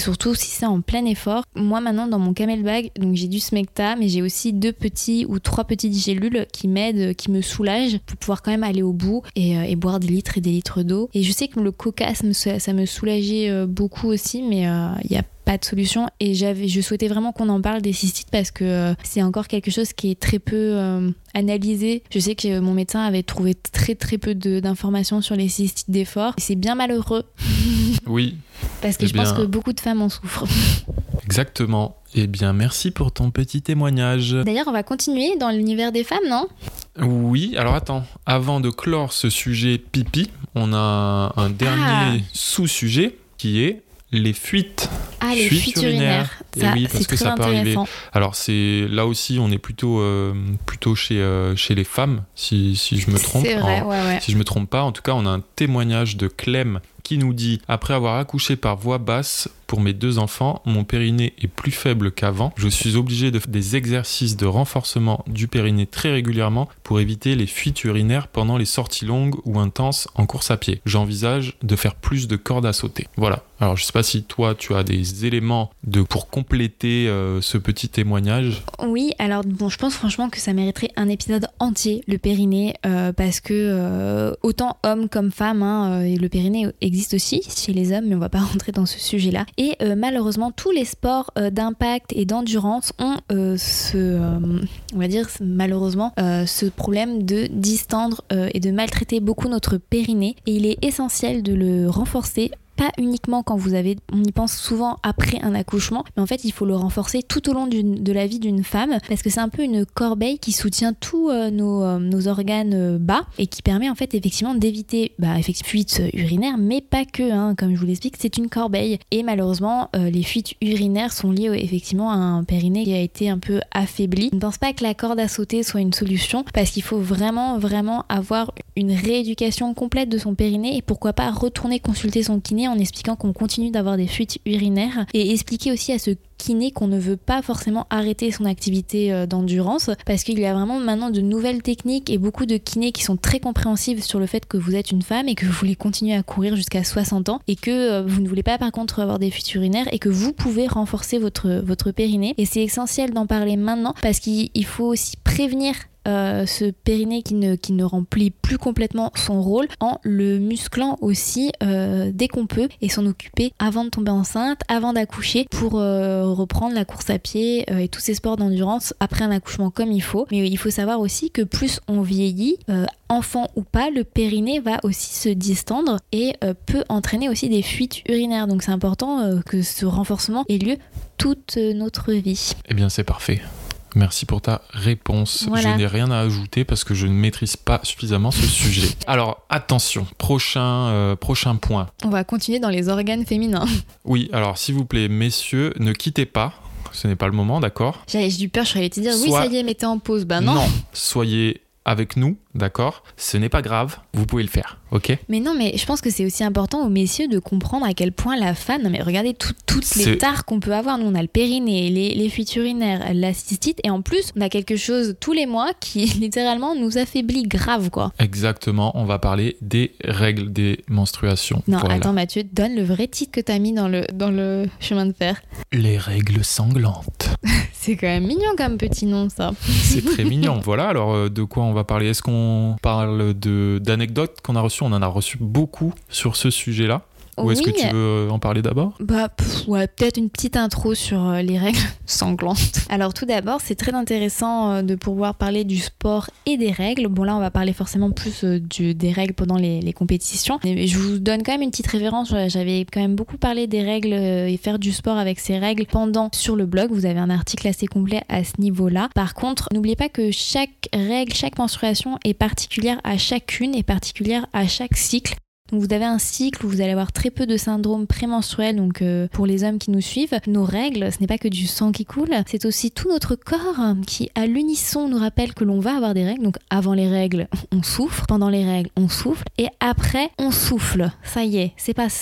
grossissais en plein effort. Moi maintenant dans mon camelbag, donc j'ai du Smecta, mais j'ai aussi deux petits ou trois petites gélules qui m'aident, qui me soulagent pour pouvoir quand même aller au bout et, euh, et boire des litres et des litres d'eau. Et je sais que le coca, ça me, ça me soulageait euh, beaucoup aussi, mais il euh, y a pas de solution. Et j'avais, je souhaitais vraiment qu'on en parle des cystites parce que euh, c'est encore quelque chose qui est très peu euh, analysé. Je sais que mon médecin avait trouvé très très peu de, d'informations sur les cystites d'effort. Et c'est bien malheureux. Oui. Parce que eh je bien... pense que beaucoup de femmes en souffrent. Exactement. Eh bien, merci pour ton petit témoignage. D'ailleurs, on va continuer dans l'univers des femmes, non ? Oui, alors attends. Avant de clore ce sujet pipi, on a un dernier ah. sous-sujet qui est les fuites. Ah, les fuites, fuites urinaires. urinaires. Ça, oui, parce c'est que très ça peut arriver. Alors, c'est là aussi, on est plutôt euh, plutôt chez euh, chez les femmes, si si je me trompe. C'est vrai, en, ouais, ouais. Si je me trompe pas, en tout cas, on a un témoignage de Clem qui nous dit: après avoir accouché par voie basse pour mes deux enfants, mon périnée est plus faible qu'avant. Je suis obligé de faire des exercices de renforcement du périnée très régulièrement pour éviter les fuites urinaires pendant les sorties longues ou intenses en course à pied. J'envisage de faire plus de cordes à sauter. Voilà. Alors je sais pas si toi tu as des éléments de pour compléter euh, ce petit témoignage. Oui, alors bon, je pense franchement que ça mériterait un épisode entier, le périnée, euh, parce que euh, autant hommes comme femmes, hein, euh, le périnée existe aussi chez les hommes, mais on va pas rentrer dans ce sujet-là. Et euh, malheureusement, tous les sports euh, d'impact et d'endurance ont euh, ce, euh, on va dire malheureusement, euh, ce problème de distendre euh, et de maltraiter beaucoup notre périnée. Et il est essentiel de le renforcer. Pas uniquement quand vous avez, on y pense souvent après un accouchement, mais en fait il faut le renforcer tout au long d'une, de la vie d'une femme parce que c'est un peu une corbeille qui soutient tous euh, nos, euh, nos organes euh, bas et qui permet en fait effectivement d'éviter bah, effectivement, fuites urinaires, mais pas que, hein, comme je vous l'explique, c'est une corbeille. Et malheureusement euh, les fuites urinaires sont liées effectivement à un périnée qui a été un peu affaibli. Je ne pense pas que la corde à sauter soit une solution parce qu'il faut vraiment vraiment avoir une rééducation complète de son périnée et pourquoi pas retourner consulter son kiné en expliquant qu'on continue d'avoir des fuites urinaires et expliquer aussi à ce kiné qu'on ne veut pas forcément arrêter son activité euh, d'endurance parce qu'il y a vraiment maintenant de nouvelles techniques et beaucoup de kinés qui sont très compréhensifs sur le fait que vous êtes une femme et que vous voulez continuer à courir jusqu'à soixante ans et que euh, vous ne voulez pas par contre avoir des fuites urinaires et que vous pouvez renforcer votre, votre périnée. Et c'est essentiel d'en parler maintenant parce qu'il il faut aussi prévenir Euh, ce périnée qui ne, qui ne remplit plus complètement son rôle en le musclant aussi euh, dès qu'on peut et s'en occuper avant de tomber enceinte, avant d'accoucher pour euh, reprendre la course à pied euh, et tous ces sports d'endurance après un accouchement comme il faut. Mais il faut savoir aussi que plus on vieillit, euh, enfant ou pas, le périnée va aussi se distendre et euh, peut entraîner aussi des fuites urinaires. Donc c'est important euh, que ce renforcement ait lieu toute notre vie. Eh bien c'est parfait. Merci pour ta réponse. Voilà. Je n'ai rien à ajouter parce que je ne maîtrise pas suffisamment ce sujet. Alors, attention, prochain, euh, prochain point. On va continuer dans les organes féminins. Oui, alors s'il vous plaît, messieurs, ne quittez pas. Ce n'est pas le moment, d'accord ? J'avais eu peur, je allais te dire, Soit... oui, ça y est, mettez en pause. Ben non. Non, soyez avec nous, d'accord ? Ce n'est pas grave, vous pouvez le faire, ok ? Mais non, mais je pense que c'est aussi important aux messieurs de comprendre à quel point la femme... Non mais regardez tout, toutes c'est... les tares qu'on peut avoir. Nous, on a le périnée, les, les fuites urinaires, la cystite, et en plus, on a quelque chose tous les mois qui, littéralement, nous affaiblit grave, quoi. Exactement, on va parler des règles des menstruations. Non, voilà. Attends Mathieu, donne le vrai titre que t'as mis dans le, dans le chemin de fer. Les règles sanglantes. C'est quand même mignon comme petit nom, ça. C'est très mignon. Voilà, alors de quoi on va parler ? Est-ce qu'on parle de, d'anecdotes qu'on a reçues ? On en a reçu beaucoup sur ce sujet-là. Ou oui. est-ce que tu veux en parler d'abord ? Bah, pff, ouais, peut-être une petite intro sur euh, les règles sanglantes. Alors tout d'abord, c'est très intéressant euh, de pouvoir parler du sport et des règles. Bon là, on va parler forcément plus euh, du, des règles pendant les, les compétitions. Mais je vous donne quand même une petite référence. J'avais quand même beaucoup parlé des règles euh, et faire du sport avec ces règles pendant sur le blog. Vous avez un article assez complet à ce niveau-là. Par contre, n'oubliez pas que chaque règle, chaque menstruation est particulière à chacune, est particulière à chaque cycle. Donc vous avez un cycle où vous allez avoir très peu de syndrome prémenstruel, donc euh, pour les hommes qui nous suivent, nos règles, ce n'est pas que du sang qui coule, c'est aussi tout notre corps qui à l'unisson nous rappelle que l'on va avoir des règles. Donc avant les règles, on souffre, pendant les règles, on souffle, et après, on souffle. Ça y est, c'est passé.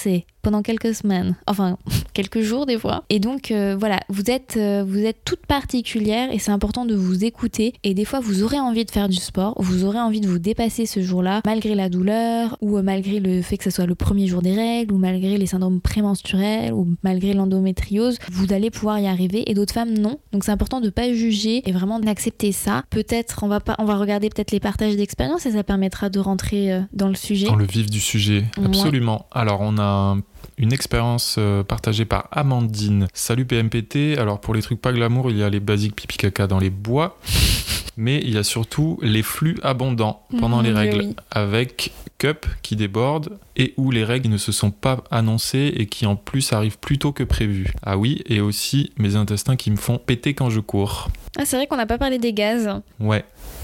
pendant quelques semaines, enfin quelques jours des fois. Et donc euh, voilà, vous êtes, euh, vous êtes toute particulière et c'est important de vous écouter. Et des fois, vous aurez envie de faire du sport, vous aurez envie de vous dépasser ce jour-là, malgré la douleur ou malgré le fait que ce soit le premier jour des règles ou malgré les syndromes prémenstruels ou malgré l'endométriose, vous allez pouvoir y arriver et d'autres femmes non. Donc c'est important de ne pas juger et vraiment d'accepter ça. Peut-être, on va, pas, on va regarder peut-être les partages d'expérience et ça permettra de rentrer euh, dans le sujet. Dans le vif du sujet, absolument. Ouais. Alors on a une expérience euh, partagée par Amandine. Salut P M P T, alors pour les trucs pas glamour, il y a les basiques pipi caca dans les bois, mais il y a surtout les flux abondants pendant mmh, les règles, oui. Avec cup qui déborde et où les règles ne se sont pas annoncées et qui en plus arrivent plus tôt que prévu. Ah oui, et aussi mes intestins qui me font péter quand je cours. Ah c'est vrai qu'on n'a pas parlé des gaz. Ouais.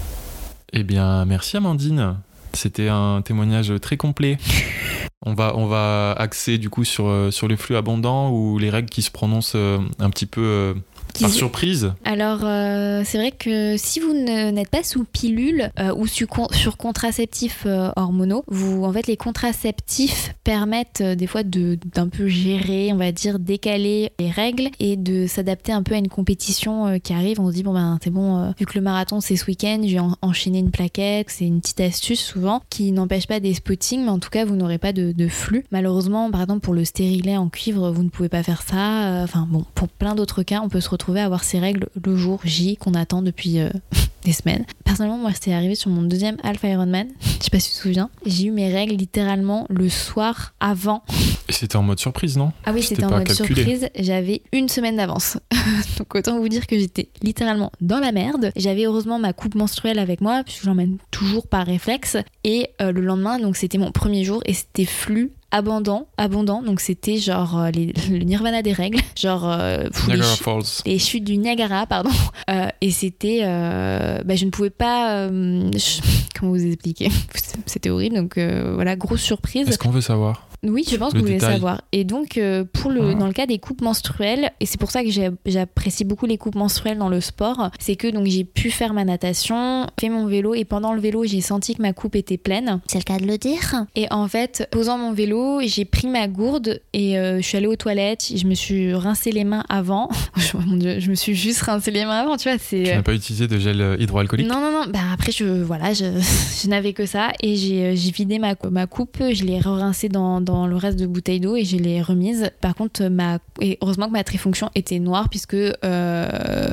Eh bien merci Amandine, c'était un témoignage très complet. On va, on va axer du coup sur, sur les flux abondants ou les règles qui se prononcent un petit peu euh, par surprise. Alors euh, c'est vrai que si vous ne, n'êtes pas sous pilule euh, ou sur, sur contraceptifs euh, hormonaux, vous, en fait les contraceptifs permettent euh, des fois de, d'un peu gérer, on va dire décaler les règles et de s'adapter un peu à une compétition euh, qui arrive. On se dit bon ben c'est bon, euh, vu que le marathon c'est ce week-end, je vais en, enchaîner une plaquette. C'est une petite astuce souvent qui n'empêche pas des spottings, mais en tout cas vous n'aurez pas de, de flux. Malheureusement par exemple pour le stérilet en cuivre vous ne pouvez pas faire ça. Enfin euh, bon, pour plein d'autres cas on peut se retrouver à avoir ces règles le jour J qu'on attend depuis euh, des semaines. Personnellement, moi, c'était arrivé sur mon deuxième Alpha Ironman. Je sais pas si tu te souviens. J'ai eu mes règles littéralement le soir avant. Et c'était en mode surprise, non? Ah oui, c'était, c'était en mode calculé. Surprise. J'avais une semaine d'avance. Donc autant vous dire que j'étais littéralement dans la merde. J'avais heureusement ma coupe menstruelle avec moi, puisque j'emmène toujours par réflexe. Et euh, le lendemain, donc c'était mon premier jour et c'était flux abondant, abondant, donc c'était genre euh, les, le nirvana des règles, genre euh, Niagara les, Falls. les chutes du Niagara, pardon, euh, et c'était, euh, bah, je ne pouvais pas, euh, je, comment vous expliquer, c'était horrible, donc euh, voilà, grosse surprise. Est-ce qu'on veut savoir? Oui, je pense le que vous voulez détail. savoir. Et donc, euh, pour le, ah. dans le cas des coupes menstruelles, et c'est pour ça que j'ai, j'apprécie beaucoup les coupes menstruelles dans le sport, c'est que donc j'ai pu faire ma natation, fait mon vélo, et pendant le vélo, j'ai senti que ma coupe était pleine. C'est le cas de le dire. Et en fait, posant mon vélo, j'ai pris ma gourde et euh, je suis allée aux toilettes. Je me suis rincé les mains avant. Mon Dieu, je me suis juste rincé les mains avant, tu vois. C'est... Tu n'as pas utilisé de gel hydroalcoolique? Non, non, non. Bah, après, je, voilà, je, je n'avais que ça et j'ai, j'ai vidé ma, ma coupe. Je l'ai rincée dans, dans le reste de bouteille d'eau et je l'ai remise. Par contre, ma... et heureusement que ma trifonction était noire puisque euh...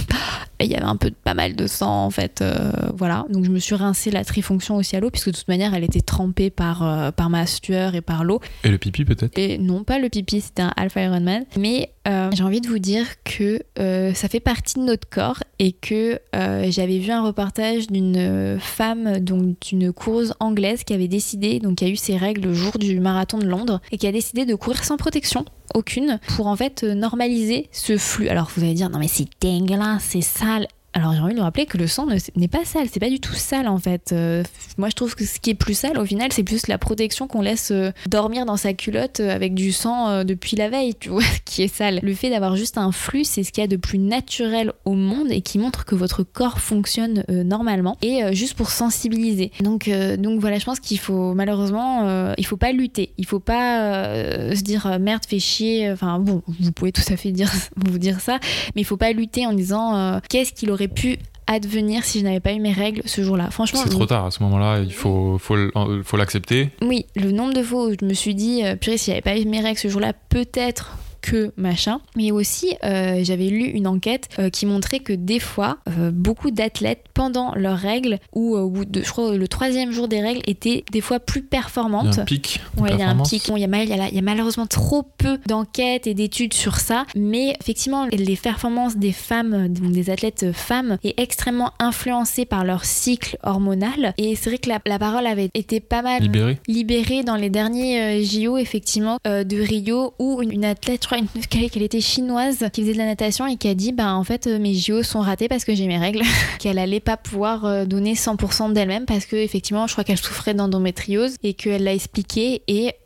il y avait un peu pas mal de sang en fait. Euh, voilà. Donc je me suis rincé la trifonction aussi à l'eau puisque de toute manière elle était trempée par, euh, par ma sueur et par l'eau. Et le pipi peut-être? Et non, pas le pipi, c'était un Alpha Ironman. Mais euh, j'ai envie de vous dire que euh, ça fait partie de notre corps et que euh, j'avais vu un reportage d'une femme, donc d'une coureuse anglaise qui avait décidé, donc qui a eu ses règles le jour du marathon de Londres et qui a décidé de courir sans protection aucune pour en fait normaliser ce flux. Alors vous allez dire non mais c'est dégueulasse, c'est sale. Alors j'ai envie de vous rappeler que le sang ne, n'est pas sale, c'est pas du tout sale en fait. Euh, moi je trouve que ce qui est plus sale au final c'est plus la protection qu'on laisse euh, dormir dans sa culotte euh, avec du sang euh, depuis la veille, tu vois, qui est sale. Le fait d'avoir juste un flux, c'est ce qu'il y a de plus naturel au monde et qui montre que votre corps fonctionne euh, normalement et euh, juste pour sensibiliser. Donc, euh, donc voilà, je pense qu'il faut malheureusement, euh, il faut pas lutter, il faut pas euh, se dire euh, merde fais chier, enfin bon, vous pouvez tout à fait dire, vous dire ça, mais il faut pas lutter en disant euh, qu'est-ce qu'il aurait pu advenir si je n'avais pas eu mes règles ce jour-là. Franchement, c'est trop tard à ce moment-là, il faut, faut, faut l'accepter. Oui, le nombre de fois où je me suis dit, euh, purée, si j'avais pas eu mes règles ce jour-là, peut-être que machin. Mais aussi, euh, j'avais lu une enquête euh, qui montrait que des fois, euh, beaucoup d'athlètes, pendant leurs règles, ou au bout de, je crois, le troisième jour des règles, étaient des fois plus performantes. Il y a un pic. Ouais, il y a un pic. Bon, il y a, mal, il, y a, il y a malheureusement trop peu d'enquêtes et d'études sur ça, mais effectivement, les performances des femmes, des athlètes femmes, est extrêmement influencée par leur cycle hormonal. Et c'est vrai que la, la parole avait été pas mal libérée, libérée dans les derniers euh, J O, effectivement, euh, de Rio, où une, une athlète, je crois, une, qu'elle était chinoise, qui faisait de la natation et qui a dit, bah en fait, euh, mes J O sont ratés parce que j'ai mes règles, qu'elle allait pas pouvoir euh, donner cent pour cent d'elle-même parce que effectivement, je crois qu'elle souffrait d'endométriose et qu'elle l'a expliqué et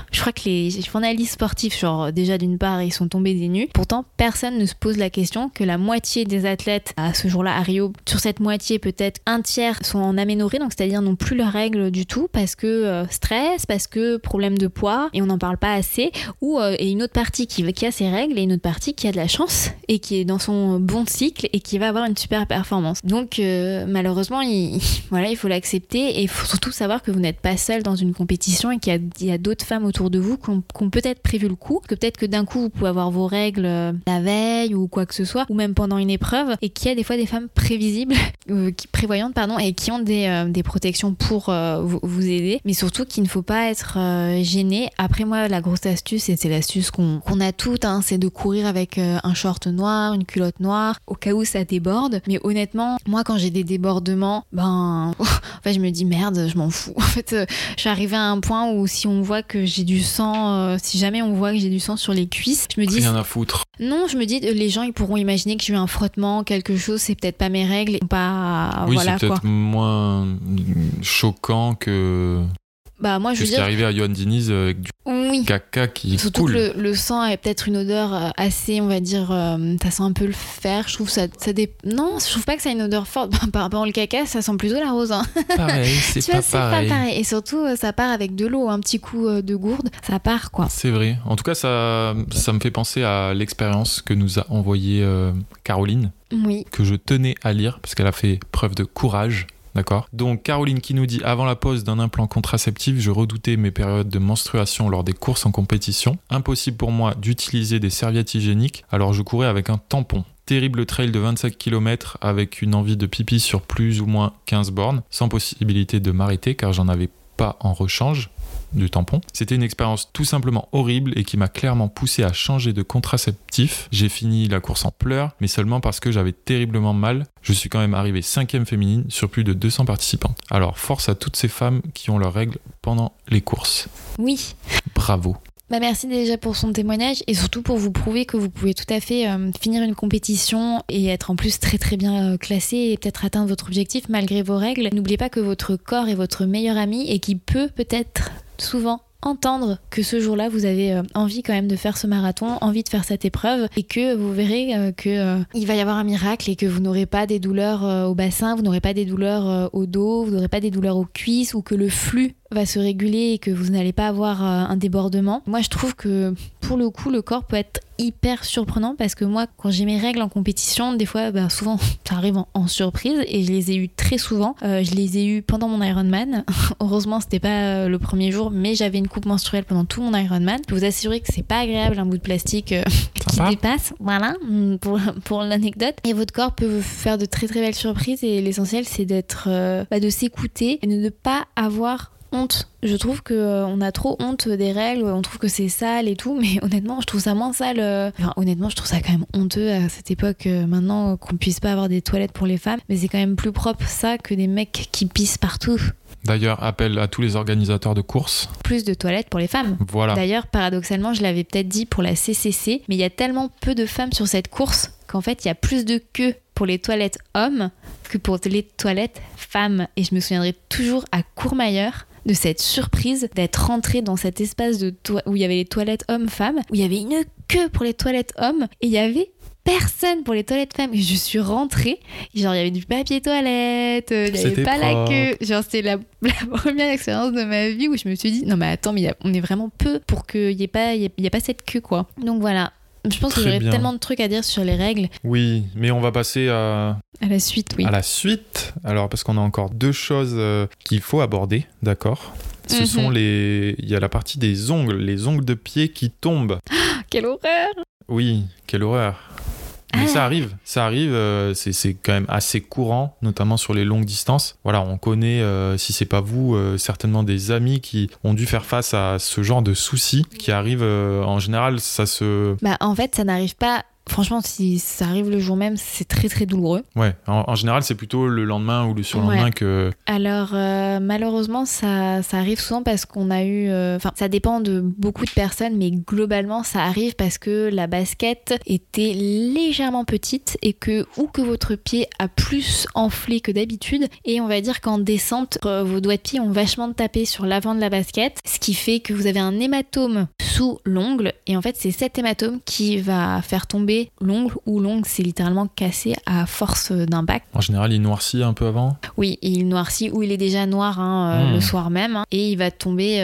Je crois que les journalistes sportifs, genre déjà d'une part, ils sont tombés des nues. Pourtant, personne ne se pose la question que la moitié des athlètes à ce jour-là à Rio, sur cette moitié, peut-être un tiers sont en aménorrhée, donc c'est-à-dire n'ont plus leurs règles du tout parce que euh, stress, parce que problème de poids et on n'en parle pas assez, ou euh, et une autre partie qui, qui a ses règles et une autre partie qui a de la chance et qui est dans son bon cycle et qui va avoir une super performance. Donc euh, malheureusement, il, voilà, il faut l'accepter et il faut surtout savoir que vous n'êtes pas seul dans une compétition et qu'il y a, il y a d'autres femmes autour de vous qui ont, qui ont peut-être prévu le coup, que peut-être que d'un coup vous pouvez avoir vos règles euh, la veille ou quoi que ce soit, ou même pendant une épreuve, et qu'il y a des fois des femmes prévisibles, euh, qui, prévoyantes pardon, et qui ont des, euh, des protections pour euh, vous, vous aider, mais surtout qu'il ne faut pas être euh, gêné. Après moi, la grosse astuce, et c'est l'astuce qu'on, qu'on a toutes, hein, c'est de courir avec euh, un short noir, une culotte noire, au cas où ça déborde. Mais honnêtement, moi quand j'ai des débordements, ben, en fait je me dis merde, je m'en fous. En fait, euh, je suis arrivée à un point où si on voit que j'ai du sang, euh, si jamais on voit que j'ai du sang sur les cuisses, je me dis... Rien à foutre. Non, je me dis, les gens ils pourront imaginer que j'ai eu un frottement, quelque chose, c'est peut-être pas mes règles, pas... Oui, voilà, c'est peut-être quoi. moins choquant que... Bah moi je que veux ce dire... qui est arrivé à Johan Diniz avec du oui. caca qui Surtout coule. que le, le sang a peut-être une odeur assez, on va dire, euh, ça sent un peu le fer. Je trouve ça, ça dé... non, je trouve pas que ça a une odeur forte. Par rapport au caca, ça sent plutôt la rose. Hein. Pareil, c'est tu pas vois, c'est pareil. pas pareil. Et surtout, ça part avec de l'eau, un petit coup de gourde, ça part quoi. C'est vrai. En tout cas, ça, ça me fait penser à l'expérience que nous a envoyée euh, Caroline, oui. que je tenais à lire parce qu'elle a fait preuve de courage. D'accord. Donc Caroline qui nous dit: avant la pose d'un implant contraceptif, je redoutais mes périodes de menstruation lors des courses en compétition. Impossible pour moi d'utiliser des serviettes hygiéniques, alors je courais avec un tampon. Terrible trail de vingt-cinq kilomètres avec une envie de pipi sur plus ou moins quinze bornes, sans possibilité de m'arrêter car j'en avais pas en rechange du tampon. C'était une expérience tout simplement horrible et qui m'a clairement poussé à changer de contraceptif. J'ai fini la course en pleurs, mais seulement parce que j'avais terriblement mal. Je suis quand même arrivé cinquième féminine sur plus de deux cents participantes. Alors force à toutes ces femmes qui ont leurs règles pendant les courses. Oui. Bravo. Bah merci déjà pour son témoignage et surtout pour vous prouver que vous pouvez tout à fait euh, finir une compétition et être en plus très très bien euh, classé et peut-être atteindre votre objectif malgré vos règles. N'oubliez pas que votre corps est votre meilleur ami et qu'il peut peut-être souvent entendre que ce jour-là vous avez euh, envie quand même de faire ce marathon, envie de faire cette épreuve et que vous verrez euh, que euh, il va y avoir un miracle et que vous n'aurez pas des douleurs euh, au bassin, vous n'aurez pas des douleurs euh, au dos, vous n'aurez pas des douleurs aux cuisses ou que le flux va se réguler et que vous n'allez pas avoir euh, un débordement. Moi je trouve que pour le coup le corps peut être hyper surprenant parce que moi quand j'ai mes règles en compétition, des fois bah, souvent ça arrive en, en surprise et je les ai eues très souvent. Euh, je les ai eues pendant mon Ironman. Heureusement c'était pas euh, le premier jour mais j'avais une coupe menstruelle pendant tout mon Ironman. Je peux vous assurer que c'est pas agréable un bout de plastique euh, qui dépasse. Voilà pour, pour l'anecdote. Et votre corps peut vous faire de très très belles surprises et l'essentiel c'est d'être euh, bah, de s'écouter et de ne pas avoir honte. Je trouve que euh, on a trop honte des règles, on trouve que c'est sale et tout, mais honnêtement je trouve ça moins sale euh... enfin honnêtement je trouve ça quand même honteux à cette époque euh, maintenant qu'on puisse pas avoir des toilettes pour les femmes, mais c'est quand même plus propre ça que des mecs qui pissent partout. D'ailleurs, appel à tous les organisateurs de courses. Plus de toilettes pour les femmes. Voilà. D'ailleurs, paradoxalement, je l'avais peut-être dit pour la C C C, mais il y a tellement peu de femmes sur cette course qu'en fait, il y a plus de queue pour les toilettes hommes que pour les toilettes femmes. Et je me souviendrai toujours à Courmayeur de cette surprise d'être rentrée dans cet espace de to- où il y avait les toilettes hommes-femmes, où il y avait une queue pour les toilettes hommes et il y avait personne pour les toilettes femmes. Et je suis rentrée, genre il y avait du papier toilette, il n'y avait C'était pas propre. la queue. Genre c'était la, la première expérience de ma vie où je me suis dit non mais attends, mais y a, on est vraiment peu pour qu'il n'y ait, pas, y ait, y ait pas cette queue quoi. Donc voilà. Je pense Très que j'aurais bien. tellement de trucs à dire sur les règles. Oui, mais on va passer à, À la suite, oui. à la suite. Alors, parce qu'on a encore deux choses euh, qu'il faut aborder, d'accord ? Ce Mhm. sont les... Il y a la partie des ongles, les ongles de pied qui tombent. Quelle horreur! Oui, quelle horreur. Mais Ah. ça arrive, ça arrive, euh, c'est, c'est quand même assez courant, notamment sur les longues distances. Voilà, on connaît, euh, si c'est pas vous, euh, certainement des amis qui ont dû faire face à ce genre de soucis qui arrivent. Euh, en général, ça se... Bah, en fait, ça n'arrive pas franchement, si ça arrive le jour même, c'est très très douloureux. Ouais, en, en général, c'est plutôt le lendemain ou le surlendemain ouais. que... Alors, euh, malheureusement, ça, ça arrive souvent parce qu'on a eu... Enfin, euh, ça dépend de beaucoup de personnes, mais globalement, ça arrive parce que la basket était légèrement petite et que, ou que votre pied a plus enflé que d'habitude, et on va dire qu'en descente, euh, vos doigts de pied ont vachement tapé sur l'avant de la basket, ce qui fait que vous avez un hématome sous l'ongle, et en fait, c'est cet hématome qui va faire tomber l'ongle, ou l'ongle s'est littéralement cassé à force d'impact. En général, il noircit un peu avant. Oui, et il noircit, ou il est déjà noir hein, euh, mmh. le soir même, hein, et il va tomber...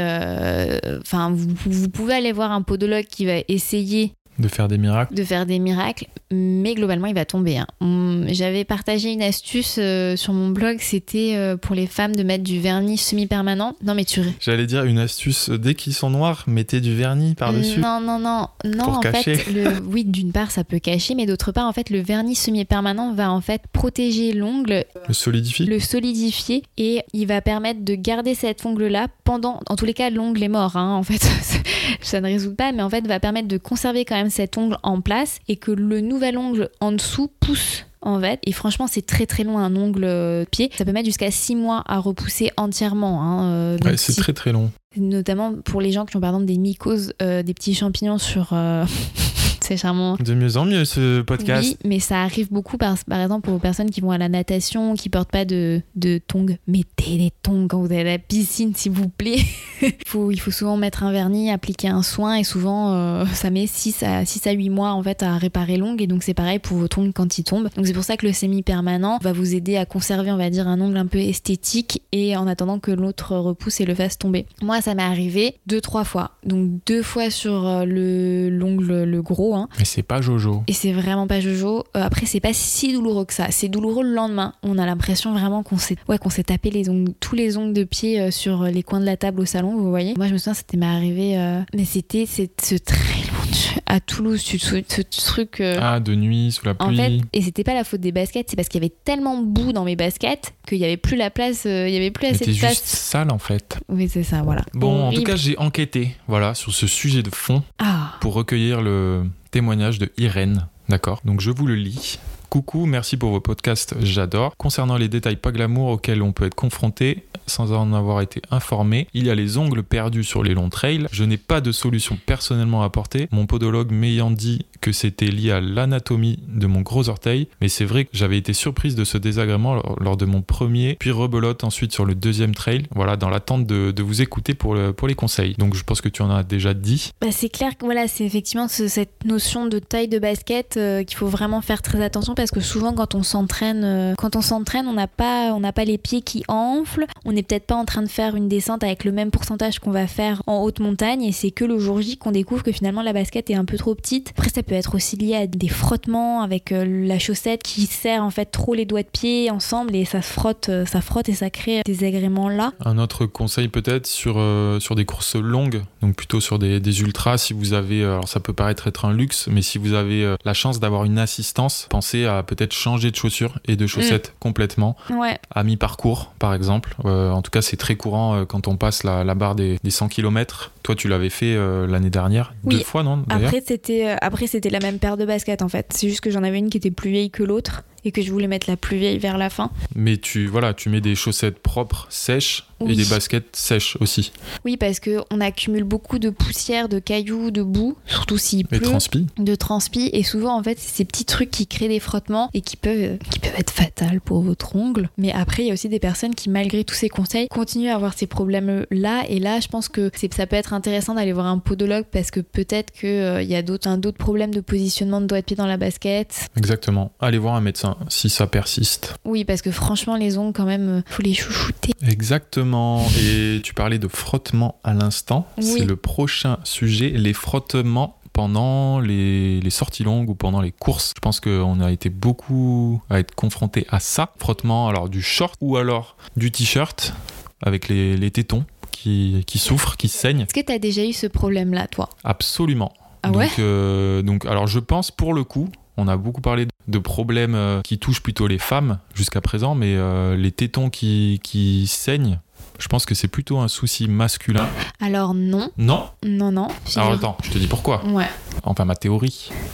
Enfin, euh, vous, vous pouvez aller voir un podologue qui va essayer de faire des miracles. De faire des miracles, mais globalement, il va tomber. Hein. J'avais partagé une astuce euh, sur mon blog, c'était euh, pour les femmes de mettre du vernis semi-permanent. Non, mais tu... J'allais dire une astuce, dès qu'ils sont noirs, mettez du vernis par-dessus. Non, non, non. non pour en cacher. Fait, le... Oui, d'une part, ça peut cacher, mais d'autre part, en fait, le vernis semi-permanent va en fait protéger l'ongle. Le solidifier. Le solidifier, et il va permettre de garder cet ongle-là pendant... En tous les cas, l'ongle est mort, hein, en fait. Ça ne résout pas, mais en fait, va permettre de conserver quand même cet ongle en place et que le nouvel ongle en dessous pousse en fait. Et franchement, c'est très très long un ongle euh, pied. Ça peut mettre jusqu'à six mois à repousser entièrement. Hein, euh, ouais, c'est si... très très long. Notamment pour les gens qui ont par exemple des mycoses, euh, des petits champignons sur... Euh... C'est charmant. De mieux en mieux ce podcast. Oui, mais ça arrive beaucoup par, par exemple aux personnes qui vont à la natation, qui portent pas de, de tongs. Mettez des tongs quand vous allez à la piscine, s'il vous plaît. il, faut, il faut souvent mettre un vernis, appliquer un soin, et souvent euh, ça met six à huit mois en fait à réparer l'ongle, et donc c'est pareil pour vos tongs quand ils tombent. Donc c'est pour ça que le semi-permanent va vous aider à conserver, on va dire, un ongle un peu esthétique, et en attendant que l'autre repousse et le fasse tomber. Moi, ça m'est arrivé deux, trois fois. Donc deux fois sur le, l'ongle, le gros. Hein. Mais c'est pas Jojo. Et c'est vraiment pas Jojo. Euh, après, c'est pas si douloureux que ça. C'est douloureux le lendemain. On a l'impression vraiment qu'on s'est, ouais, qu'on s'est tapé les ongles, tous les ongles de pied euh, sur les coins de la table au salon, vous voyez. Moi, je me souviens, c'était m'est arrivé. Euh... Mais c'était c'est, ce très long à Toulouse, ce, ce truc. Euh... Ah, de nuit, sous la pluie. En fait, et c'était pas la faute des baskets, c'est parce qu'il y avait tellement de boue dans mes baskets qu'il y avait plus la place, euh, il y avait plus assez de place. C'était juste sale en fait. Oui, c'est ça, voilà. Bon, Horrible. En tout cas, j'ai enquêté, voilà, sur ce sujet de fond ah. pour recueillir le témoignage de Irène, d'accord ? Donc je vous le lis. Coucou, merci pour vos podcasts, j'adore. Concernant les détails pas glamour auxquels on peut être confronté sans en avoir été informé, il y a les ongles perdus sur les longs trails. Je n'ai pas de solution personnellement à apporter, mon podologue m'ayant dit que c'était lié à l'anatomie de mon gros orteil, mais c'est vrai que j'avais été surprise de ce désagrément lors, lors de mon premier, puis rebelote ensuite sur le deuxième trail, voilà, dans l'attente de, de vous écouter pour, le, pour les conseils. Donc je pense que tu en as déjà dit. Bah c'est clair que voilà, c'est effectivement ce, cette notion de taille de basket euh, qu'il faut vraiment faire très attention, parce que souvent quand on s'entraîne, euh, quand on s'entraîne, on n'a pas, on n'a pas les pieds qui enflent, on n'est peut-être pas en train de faire une descente avec le même pourcentage qu'on va faire en haute montagne, et c'est que le jour J qu'on découvre que finalement la basket est un peu trop petite. Après, ça peut être aussi lié à des frottements avec euh, la chaussette qui serre en fait trop les doigts de pied ensemble, et ça se frotte, euh, ça frotte et ça crée des agréments là. Un autre conseil peut-être sur, euh, sur des courses longues, donc plutôt sur des, des ultras, si vous avez, euh, alors ça peut paraître être un luxe, mais si vous avez euh, la chance d'avoir une assistance, pensez à peut-être changer de chaussures et de chaussettes mmh. complètement, ouais. à mi-parcours par exemple. Euh, en tout cas, c'est très courant euh, quand on passe la, la barre des, des cent kilomètres. Toi, tu l'avais fait euh, l'année dernière, oui. deux fois, non d'ailleurs après c'était, euh, après, c'était la même paire de baskets en fait. C'est juste que j'en avais une qui était plus vieille que l'autre et que je voulais mettre la plus vieille vers la fin. Mais tu, voilà, tu mets des chaussettes propres, sèches, oui. et des baskets sèches aussi. Oui, parce qu'on accumule beaucoup de poussière, de cailloux, de boue, surtout s'il pleut. Et transpi. De transpi. Et souvent, en fait, c'est ces petits trucs qui créent des frottements et qui peuvent, qui peuvent être fatals pour votre ongle. Mais après, il y a aussi des personnes qui, malgré tous ces conseils, continuent à avoir ces problèmes-là. Et là, je pense que c'est, ça peut être intéressant d'aller voir un podologue, parce que peut-être qu'il euh, y a d'autres, un, d'autres problèmes de positionnement de doigts de pied dans la basket. Exactement. Allez voir un médecin si ça persiste. Oui, parce que franchement, les ongles, quand même, faut les chouchouter. Exactement. Et tu parlais de frottement à l'instant. Oui. C'est le prochain sujet, les frottements pendant les, les sorties longues ou pendant les courses. Je pense qu'on a été beaucoup à être confrontés à ça. Frottement, alors du short ou alors du t-shirt avec les, les tétons qui, qui souffrent, qui saignent. Est-ce que tu as déjà eu ce problème-là, toi ? Absolument. Ah donc, ouais euh, donc, alors je pense pour le coup, on a beaucoup parlé de problèmes euh, qui touchent plutôt les femmes jusqu'à présent, mais euh, les tétons qui, qui saignent, je pense que c'est plutôt un souci masculin. Alors non. Non ? Non, non. Alors attends, je te dis pourquoi. Ouais. Enfin, ma théorie.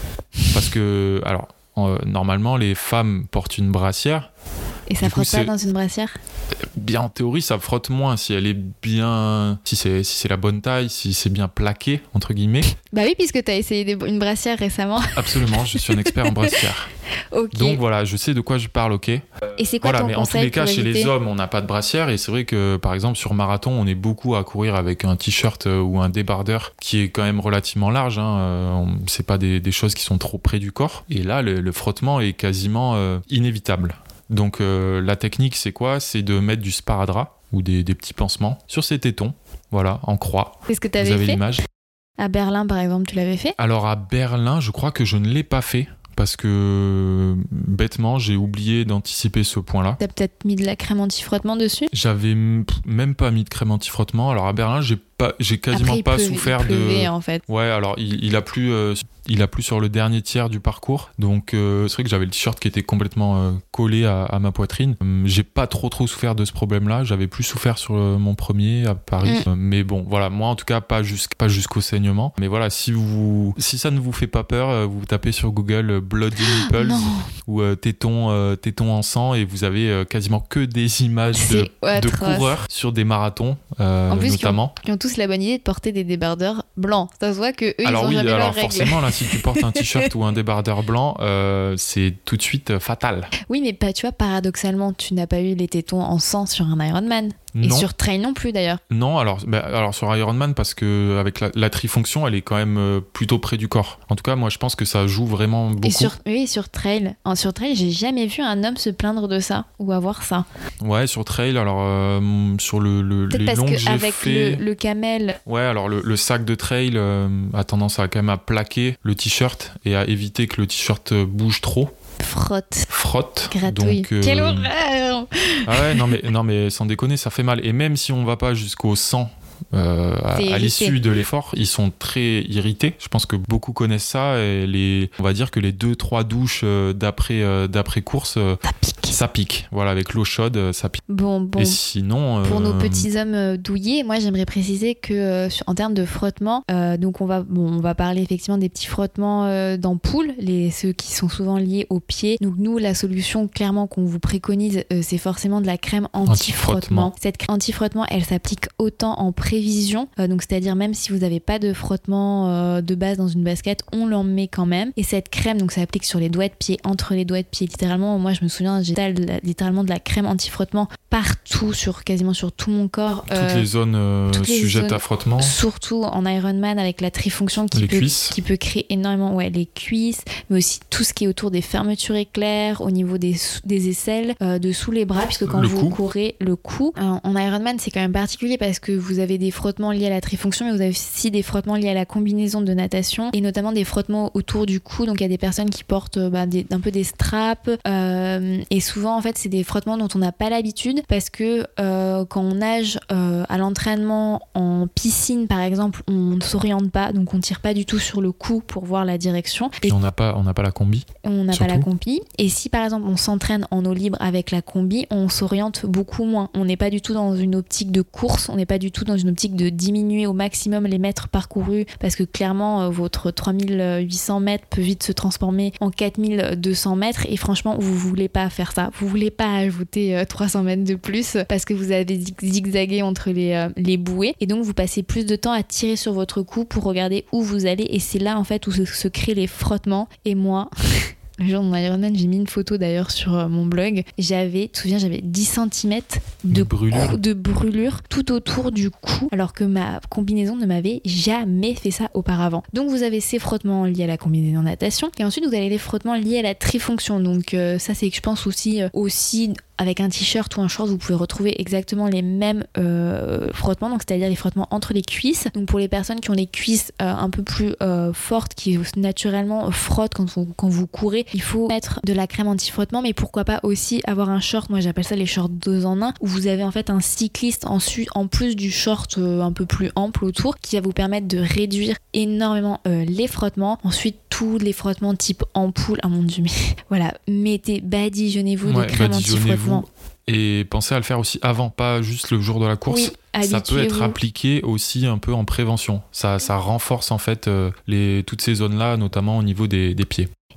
Parce que, alors, euh, normalement, les femmes portent une brassière. Et ça Du coup, frotte pas c'est- dans une brassière? Bien en théorie, ça frotte moins si elle est bien, si c'est si c'est la bonne taille, si c'est bien plaqué entre guillemets. Bah oui, puisque t'as essayé des- une brassière récemment. Absolument, je suis un expert en brassière. Ok. Donc voilà, je sais de quoi je parle, ok. Et c'est quoi Voilà, ton mais en tous conseil les cas, pour chez éviter les hommes, on n'a pas de brassière et c'est vrai que par exemple sur marathon, on est beaucoup à courir avec un t-shirt euh, ou un débardeur qui est quand même relativement large. Hein. Euh, on- c'est pas des, des choses qui sont trop près du corps. Et là, le, le frottement est quasiment euh, inévitable. Donc euh, la technique, c'est quoi? C'est de mettre du sparadrap ou des, des petits pansements sur ses tétons, voilà, en croix. C'est ce que Vous t'avais avez fait l'image. à Berlin, par exemple, tu l'avais fait? Alors à Berlin, je crois que je ne l'ai pas fait parce que bêtement, j'ai oublié d'anticiper ce point-là. T'as peut-être mis de la crème anti-frottement dessus? J'avais m- même pas mis de crème anti-frottement. Alors à Berlin, j'ai pas, j'ai quasiment Après, il pas pleuvait- souffert il pleuvait, de. en fait. Ouais, alors il, il a plu, euh, il a plu sur le dernier tiers du parcours. Donc euh, c'est vrai que j'avais le t-shirt qui était complètement euh, collé à, à ma poitrine. Hum, J'ai pas trop trop souffert de ce problème-là. J'avais plus souffert sur euh, mon premier à Paris. Mm. Euh, mais bon, voilà, moi en tout cas pas jusqu'- pas jusqu'au saignement. Mais voilà, si vous, si ça ne vous fait pas peur, euh, vous tapez sur Google euh, Bloody Nipples Non, ou euh, tétons, euh, tétons en sang et vous avez euh, quasiment que des images de, c'est de atroce. coureurs sur des marathons euh, En plus, notamment. Ils ont tous la bonne idée de porter des débardeurs blancs. Ça se voit que eux, Alors ils ont oui, jamais alors leurs règles. forcément là, si tu portes un t-shirt ou un débardeur blanc, euh, c'est tout de suite euh, fatal. Oui, mais pas, tu vois, paradoxalement, tu n'as pas eu les tétons en sang sur un Ironman. Et Non, sur trail non plus, d'ailleurs. non. Alors, bah, alors sur Ironman parce que avec la, la trifonction, elle est quand même euh, plutôt près du corps. En tout cas, moi, je pense que ça joue vraiment beaucoup. Et sur, oui, sur trail. En, sur trail, j'ai jamais vu un homme se plaindre de ça ou avoir ça. Ouais, sur trail. Alors euh, sur le, le Peut-être les parce longs que j'ai qu'avec fait. le, le camel, Ouais, alors le, le sac de trail euh, a tendance à quand même à plaquer le t-shirt et à éviter que le t-shirt euh, bouge trop, frotte, frotte. gratouille. Donc, euh, Quelle horreur! Ah ouais, non mais, non mais sans déconner, ça fait mal. Et même si on va pas jusqu'au sang euh, à, T'es à irrité. l'issue de l'effort, ils sont très irrités. Je pense que beaucoup connaissent ça et les, on va dire que les deux trois douches euh, d'après euh, d'après course, euh, Ça pique. ça pique. Voilà, avec l'eau chaude, euh, ça pique. Bon, bon. Et sinon, Pour nos euh, petits hommes euh, douillés, moi j'aimerais préciser que euh, sur- en termes de frottement, euh, donc on va, bon, on va parler effectivement des petits frottements euh, d'ampoules, les, ceux qui sont souvent liés aux pieds. Donc nous, la solution clairement qu'on vous préconise, euh, c'est forcément de la crème anti-frottement. Anti-frottement. Cette crème anti-frottement, elle s'applique autant en prévision, euh, donc c'est-à-dire même si vous n'avez pas de frottement euh, de base dans une basket, on l'en met quand même. Et cette crème, donc ça applique sur les doigts de pied, entre les doigts de pied, littéralement. Moi je me souviens, j'ai littéralement de la crème anti-frottement partout, sur quasiment sur tout mon corps. toutes euh, les zones euh, toutes les sujettes zones- à frottement, Surtout en Ironman avec la trifonction qui les peut, cuisses. qui peut créer énormément, ouais, les cuisses, mais aussi tout ce qui est autour des fermetures éclairs, au niveau des, sou- des aisselles, euh, de sous les bras, puisque quand Le vous cou. courez, le cou. En, en Ironman, c'est quand même particulier parce que vous avez des frottements liés à la trifonction, mais vous avez aussi des frottements liés à la combinaison de natation et notamment des frottements autour du cou. Donc il y a des personnes qui portent euh, bah, des- un peu des straps euh, et souvent en fait c'est des frottements dont on n'a pas l'habitude parce que euh, quand on nage euh, à l'entraînement en piscine par exemple, on ne s'oriente pas, donc on tire pas du tout sur le cou pour voir la direction. Puis on n'a pas, on n'a pas la combi. On n'a pas la Surtout. combi. Et si par exemple on s'entraîne en eau libre avec la combi, on s'oriente beaucoup moins. On n'est pas du tout dans une optique de course, on n'est pas du tout dans une optique de diminuer au maximum les mètres parcourus parce que clairement euh, votre trois mille huit cents mètres peut vite se transformer en quatre mille deux cents mètres et franchement vous voulez pas faire ça. Vous voulez pas ajouter euh, trois cents mètres de plus parce que vous avez zig- zigzagué entre les, euh, les bouées et donc vous passez plus de temps à tirer sur votre cou pour regarder où vous allez et c'est là en fait où se, se créent les frottements et moi le jour de mon Ironman, j'ai mis une photo d'ailleurs sur euh, mon blog. J'avais, tu te souviens, j'avais dix centimètres de De brûlure. cou- de brûlure tout autour du cou, alors que ma combinaison ne m'avait jamais fait ça auparavant. Donc vous avez ces frottements liés à la combinaison natation, et ensuite vous avez les frottements liés à la trifonction. Donc euh, ça c'est que je pense aussi, euh, aussi avec un t-shirt ou un short, vous pouvez retrouver exactement les mêmes euh, frottements, donc c'est-à-dire les frottements entre les cuisses. Donc pour les personnes qui ont les cuisses euh, un peu plus euh, fortes, qui naturellement frottent quand vous, quand vous courez, il faut mettre de la crème anti-frottement, mais pourquoi pas aussi avoir un short, moi j'appelle ça les shorts deux en un, où vous avez en fait un cycliste en, su- en plus du short euh, un peu plus ample autour, qui va vous permettre de réduire énormément euh, les frottements. Ensuite, tous les frottements type ampoule, ah mon dieu, mais voilà, mettez, badigeonnez-vous Ouais, de crème badigeonnez-vous. anti-frottement. Et pensez à le faire aussi avant, pas juste le jour de la course. Oui, Ça peut être habituez-vous. appliqué aussi un peu en prévention. Ça, ça renforce en fait euh, les, toutes ces zones-là, notamment au niveau des, des pieds.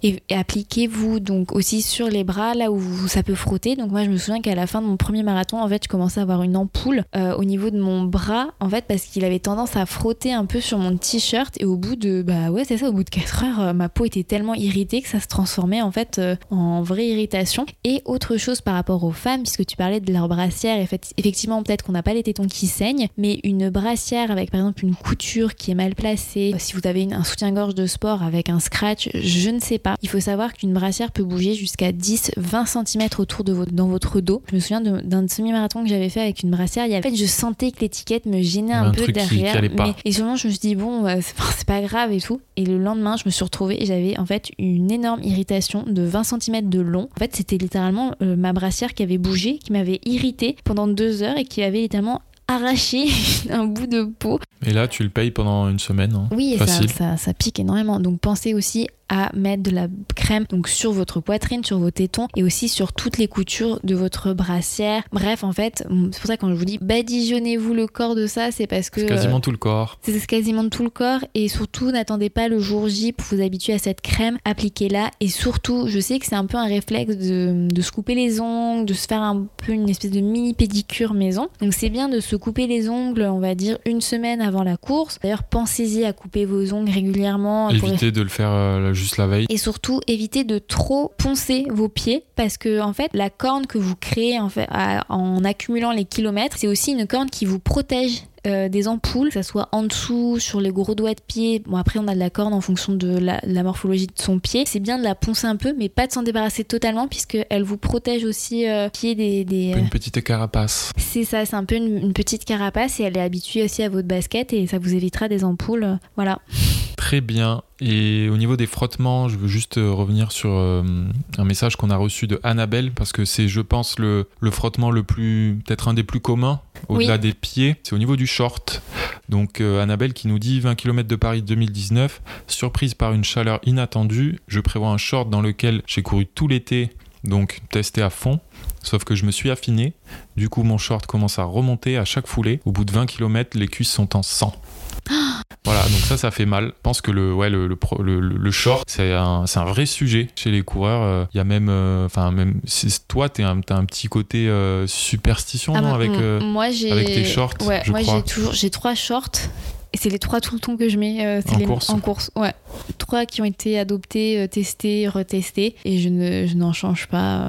et, et appliquez-vous donc aussi sur les bras là où vous, ça peut frotter. Donc moi je me souviens qu'à la fin de mon premier marathon, en fait je commençais à avoir une ampoule euh, au niveau de mon bras, en fait parce qu'il avait tendance à frotter un peu sur mon t-shirt, et au bout de bah ouais c'est ça, au bout de quatre heures euh, ma peau était tellement irritée que ça se transformait en fait euh, en vraie irritation. Et autre chose par rapport aux femmes, puisque tu parlais de leur brassière, et fait, effectivement peut-être qu'on n'a pas les tétons qui saignent, mais une brassière avec par exemple une couture qui est mal placée, si vous avez une, un soutien-gorge de sport avec un scratch, je ne sais pas. Il faut savoir qu'une brassière peut bouger jusqu'à dix à vingt centimètres autour de votre, dans votre dos. Je me souviens de, d'un semi-marathon que j'avais fait avec une brassière, il y avait, en fait je sentais que l'étiquette me gênait un, un peu derrière, qui, qui mais, et sûrement je me suis dit bon euh, c'est, c'est pas grave et tout, et le lendemain je me suis retrouvée et j'avais en fait une énorme irritation de vingt centimètres de long. En fait c'était littéralement euh, ma brassière qui avait bougé, qui m'avait irritée pendant deux heures et qui avait littéralement arraché un bout de peau. Et là, tu le payes pendant une semaine. Hein. Oui, et Facile. ça, ça, ça pique énormément. Donc, pensez aussi à mettre de la crème donc sur votre poitrine, sur vos tétons, et aussi sur toutes les coutures de votre brassière. Bref, en fait, c'est pour ça que quand je vous dis badigeonnez-vous le corps de ça, c'est parce que... C'est quasiment euh, tout le corps. C'est quasiment tout le corps, et surtout, n'attendez pas le jour J pour vous habituer à cette crème, appliquez-la, et surtout, je sais que c'est un peu un réflexe de, de se couper les ongles, de se faire un peu une espèce de mini pédicure maison. Donc, c'est bien de se couper les ongles, on va dire, une semaine avant la course. D'ailleurs, pensez-y à couper vos ongles régulièrement. Évitez pour... de le faire euh, juste la veille. Et surtout, évitez de trop poncer vos pieds, parce que en fait, la corne que vous créez en, fait, à, en accumulant les kilomètres, c'est aussi une corne qui vous protège Euh, des ampoules, que ça soit en dessous, sur les gros doigts de pied. Bon, après on a de la corne en fonction de la, de la morphologie de son pied. C'est bien de la poncer un peu, mais pas de s'en débarrasser totalement, puisqu'elle vous protège aussi euh, pied des... des euh... Une petite carapace. C'est ça, c'est un peu une, une petite carapace, et elle est habituée aussi à votre basket, et ça vous évitera des ampoules. Euh, voilà. Très bien. Et au niveau des frottements, je veux juste revenir sur euh, un message qu'on a reçu de Annabelle, parce que c'est, je pense, le, le frottement le plus, peut-être un des plus communs, au-delà oui. des pieds. C'est au niveau du short. Donc euh, Annabelle qui nous dit vingt kilomètres de Paris deux mille dix-neuf, surprise par une chaleur inattendue, je prévois un short dans lequel j'ai couru tout l'été, donc testé à fond. Sauf que je me suis affiné, du coup mon short commence à remonter à chaque foulée. Au bout de vingt kilomètres, les cuisses sont en sang. Voilà, donc ça, ça fait mal. Je pense que le, ouais, le, le, le, le short, c'est un, c'est un vrai sujet chez les coureurs. Il y a même, enfin, euh, même toi, t'es un, t'as un petit côté euh, superstition, ah non, bah, avec, euh, moi, j'ai... avec tes shorts. Ouais, je moi, crois. j'ai toujours, j'ai trois shorts. Et c'est les trois tout le temps que je mets euh, c'est en, les, course. en course. Ouais. Trois qui ont été adoptés, euh, testés, retestés. Et je, ne, je n'en change pas.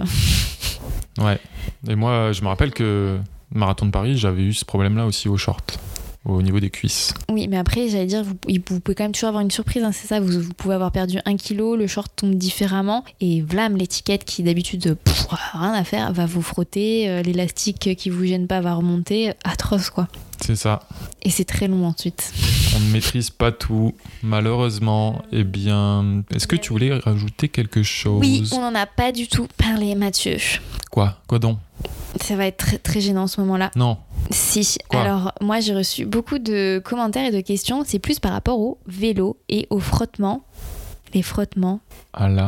Ouais. Et moi, je me rappelle que Marathon de Paris, j'avais eu ce problème-là aussi au short, au niveau des cuisses. Oui, mais après, j'allais dire, vous, vous pouvez quand même toujours avoir une surprise, hein, c'est ça, vous, vous pouvez avoir perdu un kilo, le short tombe différemment, et vlam, l'étiquette qui d'habitude, pff, rien à faire, va vous frotter, euh, l'élastique qui vous gêne pas va remonter, atroce quoi. C'est ça. Et c'est très long ensuite. On ne maîtrise pas tout, malheureusement. Eh bien, est-ce que tu voulais rajouter quelque chose ? Oui, on n'en a pas du tout parlé, Mathieu. Quoi ? Quoi donc ? Ça va être très, très gênant ce moment-là. Non. Si. Quoi ? Alors, moi, j'ai reçu beaucoup de commentaires et de questions. C'est plus par rapport au vélo et au frottement. Les frottements. Ah là.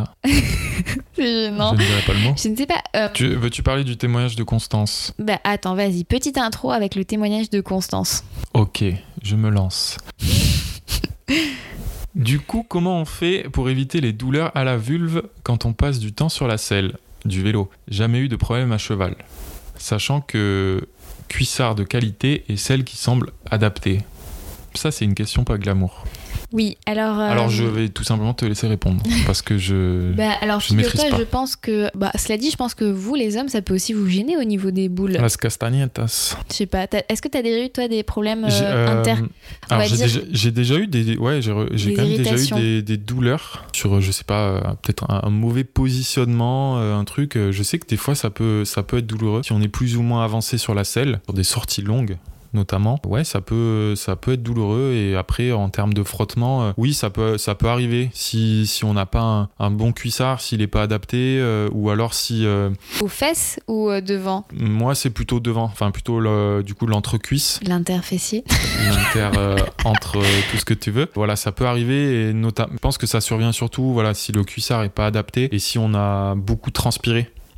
C'est gênant. Je ne dirais pas le mot. Je ne sais pas. Euh... Tu, veux-tu parler du témoignage de Constance ? Bah attends, vas-y. Petite intro avec le témoignage de Constance. Ok, je me lance. Du coup, comment on fait pour éviter les douleurs à la vulve quand on passe du temps sur la selle du vélo ? Jamais eu de problème à cheval. Sachant que cuissard de qualité est celle qui semble adaptée. Ça, c'est une question pas glamour. Oui, alors... Euh... Alors, je vais tout simplement te laisser répondre, parce que je bah, alors, je ne maîtrise pas. Je pense que... Bah, cela dit, je pense que vous, les hommes, ça peut aussi vous gêner au niveau des boules. Las castagnetas. Je sais pas. Est-ce que tu as déjà eu, toi, des problèmes euh, euh, inter... Alors, j'ai, dire... déjà, j'ai déjà eu des... Ouais, j'ai, j'ai quand même déjà eu des, des douleurs sur, je sais pas, euh, peut-être un, un mauvais positionnement, euh, un truc. Euh, je sais que des fois, ça peut, ça peut être douloureux. Si on est plus ou moins avancé sur la selle, sur des sorties longues, notamment, ouais, ça peut, ça peut être douloureux. Et après, en termes de frottement, euh, oui, ça peut, ça peut arriver si, si on n'a pas un, un bon cuissard, s'il n'est pas adapté, euh, ou alors si... Euh, aux fesses ou euh, devant ? Moi, c'est plutôt devant, enfin plutôt le, du coup l'entrecuisse. L'interfessier. L'inter, euh, entre euh, tout ce que tu veux. Voilà, ça peut arriver et notamment, je pense que ça survient surtout, voilà, si le cuissard n'est pas adapté et si on a beaucoup transpiré.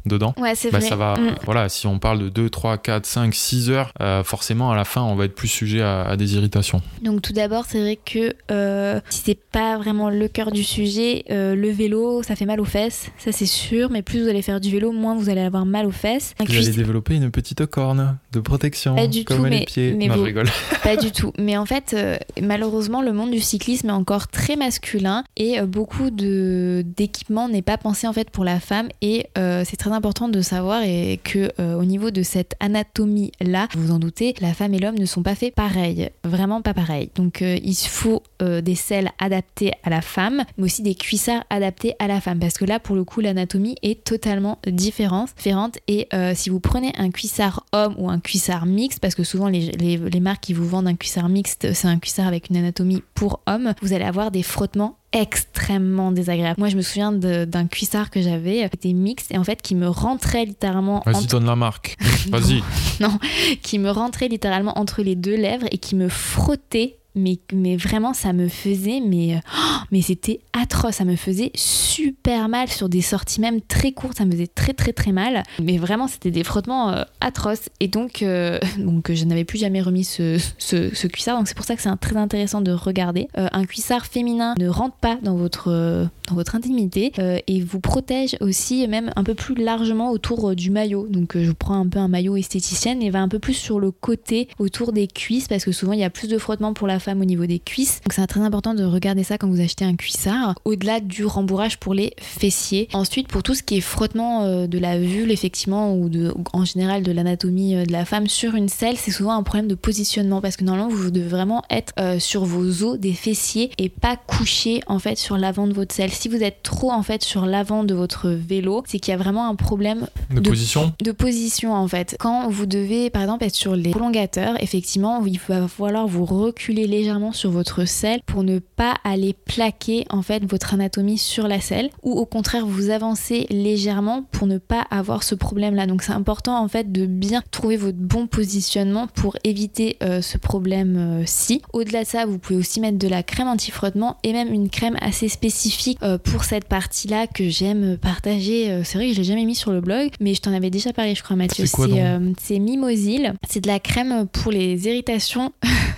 dedans. Ouais, c'est bah, vrai. Ça va, mm. voilà, si on parle de deux, trois, quatre, cinq, six heures, euh, forcément à la fin on va être plus sujet à, à des irritations. Donc tout d'abord, c'est vrai que euh, si c'est pas vraiment le cœur du sujet, euh, le vélo, ça fait mal aux fesses, ça c'est sûr, mais plus vous allez faire du vélo, moins vous allez avoir mal aux fesses. Vous allez développer une petite corne de protection, pas du comme tout, les mais, pieds. Mais non, vous... je rigole. Pas du tout. Mais en fait, euh, malheureusement, le monde du cyclisme est encore très masculin et euh, beaucoup de d'équipements n'est pas pensé en fait pour la femme. Et euh, c'est très important de savoir et que euh, au niveau de cette anatomie là, vous vous en doutez, la femme et l'homme ne sont pas faits pareil, vraiment pas pareil. Donc euh, il faut euh, des selles adaptées à la femme, mais aussi des cuissards adaptés à la femme, parce que là pour le coup l'anatomie est totalement différente. différente et euh, si vous prenez un cuissard homme ou un cuissard mixte, parce que souvent les, les, les marques qui vous vendent un cuissard mixte, c'est un cuissard avec une anatomie pour homme, vous allez avoir des frottements extrêmement désagréable. Moi je me souviens de, d'un cuissard que j'avais qui était mixte et en fait qui me rentrait littéralement vas-y entre... donne la marque vas-y non, qui me rentrait littéralement entre les deux lèvres et qui me frottait. Mais, mais vraiment ça me faisait mais, oh, mais c'était atroce, ça me faisait super mal sur des sorties même très courtes, ça me faisait très très très mal, mais vraiment c'était des frottements euh, atroces et donc, euh, donc je n'avais plus jamais remis ce, ce, ce cuissard, donc c'est pour ça que c'est un, très intéressant de regarder. Euh, un cuissard féminin ne rentre pas dans votre, euh, dans votre intimité euh, et vous protège aussi même un peu plus largement autour euh, du maillot, donc euh, je prends un peu un maillot esthéticienne et va un peu plus sur le côté autour des cuisses parce que souvent il y a plus de frottement pour la femme au niveau des cuisses, donc c'est très important de regarder ça quand vous achetez un cuissard, au-delà du rembourrage pour les fessiers. Ensuite pour tout ce qui est frottement euh, de la vulve effectivement ou de, en général de l'anatomie euh, de la femme sur une selle, c'est souvent un problème de positionnement parce que normalement vous devez vraiment être euh, sur vos os des fessiers et pas couché en fait sur l'avant de votre selle. Si vous êtes trop en fait sur l'avant de votre vélo, c'est qu'il y a vraiment un problème de, de position de position en fait. Quand vous devez par exemple être sur les prolongateurs, effectivement il va falloir vous reculer légèrement sur votre selle pour ne pas aller plaquer en fait votre anatomie sur la selle ou au contraire vous avancez légèrement pour ne pas avoir ce problème là. Donc c'est important en fait de bien trouver votre bon positionnement pour éviter euh, ce problème euh, ci. Au-delà de ça vous pouvez aussi mettre de la crème anti-frottement et même une crème assez spécifique euh, pour cette partie là que j'aime partager. Euh, c'est vrai que je l'ai jamais mis sur le blog mais je t'en avais déjà parlé je crois Mathieu. C'est quoi c'est, donc euh, c'est Mimosil, c'est de la crème pour les irritations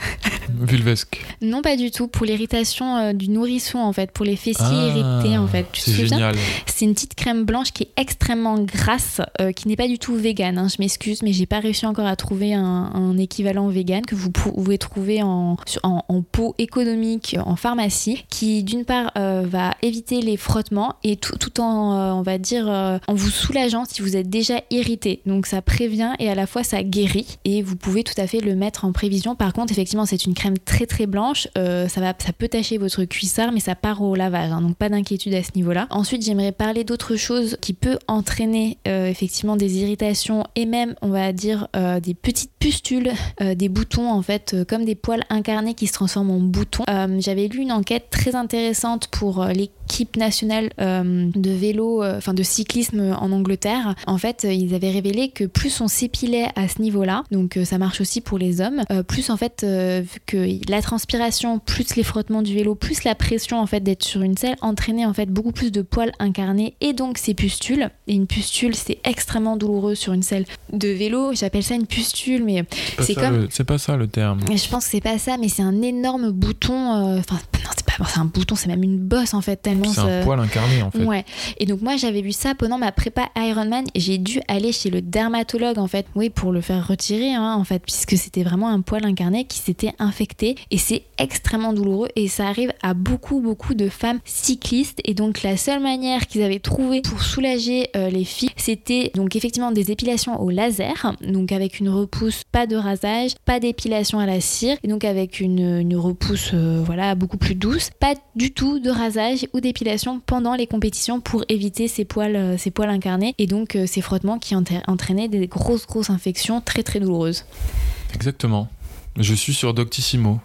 vulvesque. Non, pas du tout. Pour l'irritation euh, du nourrisson, en fait. Pour les fessiers ah, irrités, en fait. Tu c'est te souviens ? génial. C'est une petite crème blanche qui est extrêmement grasse, euh, qui n'est pas du tout végane. Hein. Je m'excuse, mais j'ai pas réussi encore à trouver un, un équivalent végane que vous pouvez trouver en, en, en pot économique en pharmacie, qui d'une part euh, va éviter les frottements et tout, tout en, euh, on va dire, euh, en vous soulageant si vous êtes déjà irrité. Donc ça prévient et à la fois ça guérit et vous pouvez tout à fait le mettre en prévision. Par contre, effectivement, c'est une crème très très blanche, euh, ça, va, ça peut tacher votre cuissard mais ça part au lavage, hein, donc pas d'inquiétude à ce niveau-là. Ensuite j'aimerais parler d'autre chose qui peut entraîner euh, effectivement des irritations et même on va dire euh, des petites pustules, euh, des boutons en fait, euh, comme des poils incarnés qui se transforment en boutons. Euh, j'avais lu une enquête très intéressante pour euh, l'équipe nationale euh, de vélo, enfin euh, de cyclisme en Angleterre. En fait euh, ils avaient révélé que plus on s'épilait à ce niveau-là, donc euh, ça marche aussi pour les hommes, euh, plus en fait euh, vu que la transpiration, plus les frottements du vélo, plus la pression en fait d'être sur une selle entraînait en fait beaucoup plus de poils incarnés et donc ces pustules. Et une pustule c'est extrêmement douloureux sur une selle de vélo. J'appelle ça une pustule, mais c'est, c'est ça, comme. Le, c'est pas ça le terme. Je pense que c'est pas ça, mais c'est un énorme bouton. Enfin, euh, non, c'est pas c'est un bouton, c'est même une bosse en fait tellement. C'est un poil incarné en fait. Ouais. Et donc moi j'avais vu ça pendant ma prépa Ironman. Et j'ai dû aller chez le dermatologue en fait, oui, pour le faire retirer hein, en fait, puisque c'était vraiment un poil incarné qui s'était infecté. Et c'est extrêmement douloureux et ça arrive à beaucoup beaucoup de femmes cyclistes. Et donc la seule manière qu'ils avaient trouvé pour soulager euh, les filles, c'était donc effectivement des épilations au laser, donc avec une repousse, pas de rasage, pas d'épilation à la cire, et donc avec une, une repousse euh, voilà beaucoup plus douce, pas du tout de rasage ou d'épilation pendant les compétitions pour éviter ces poils, euh, ces poils incarnés et donc euh, ces frottements qui entraînaient des grosses grosses infections très très douloureuses. Exactement. Je suis sur Doctissimo.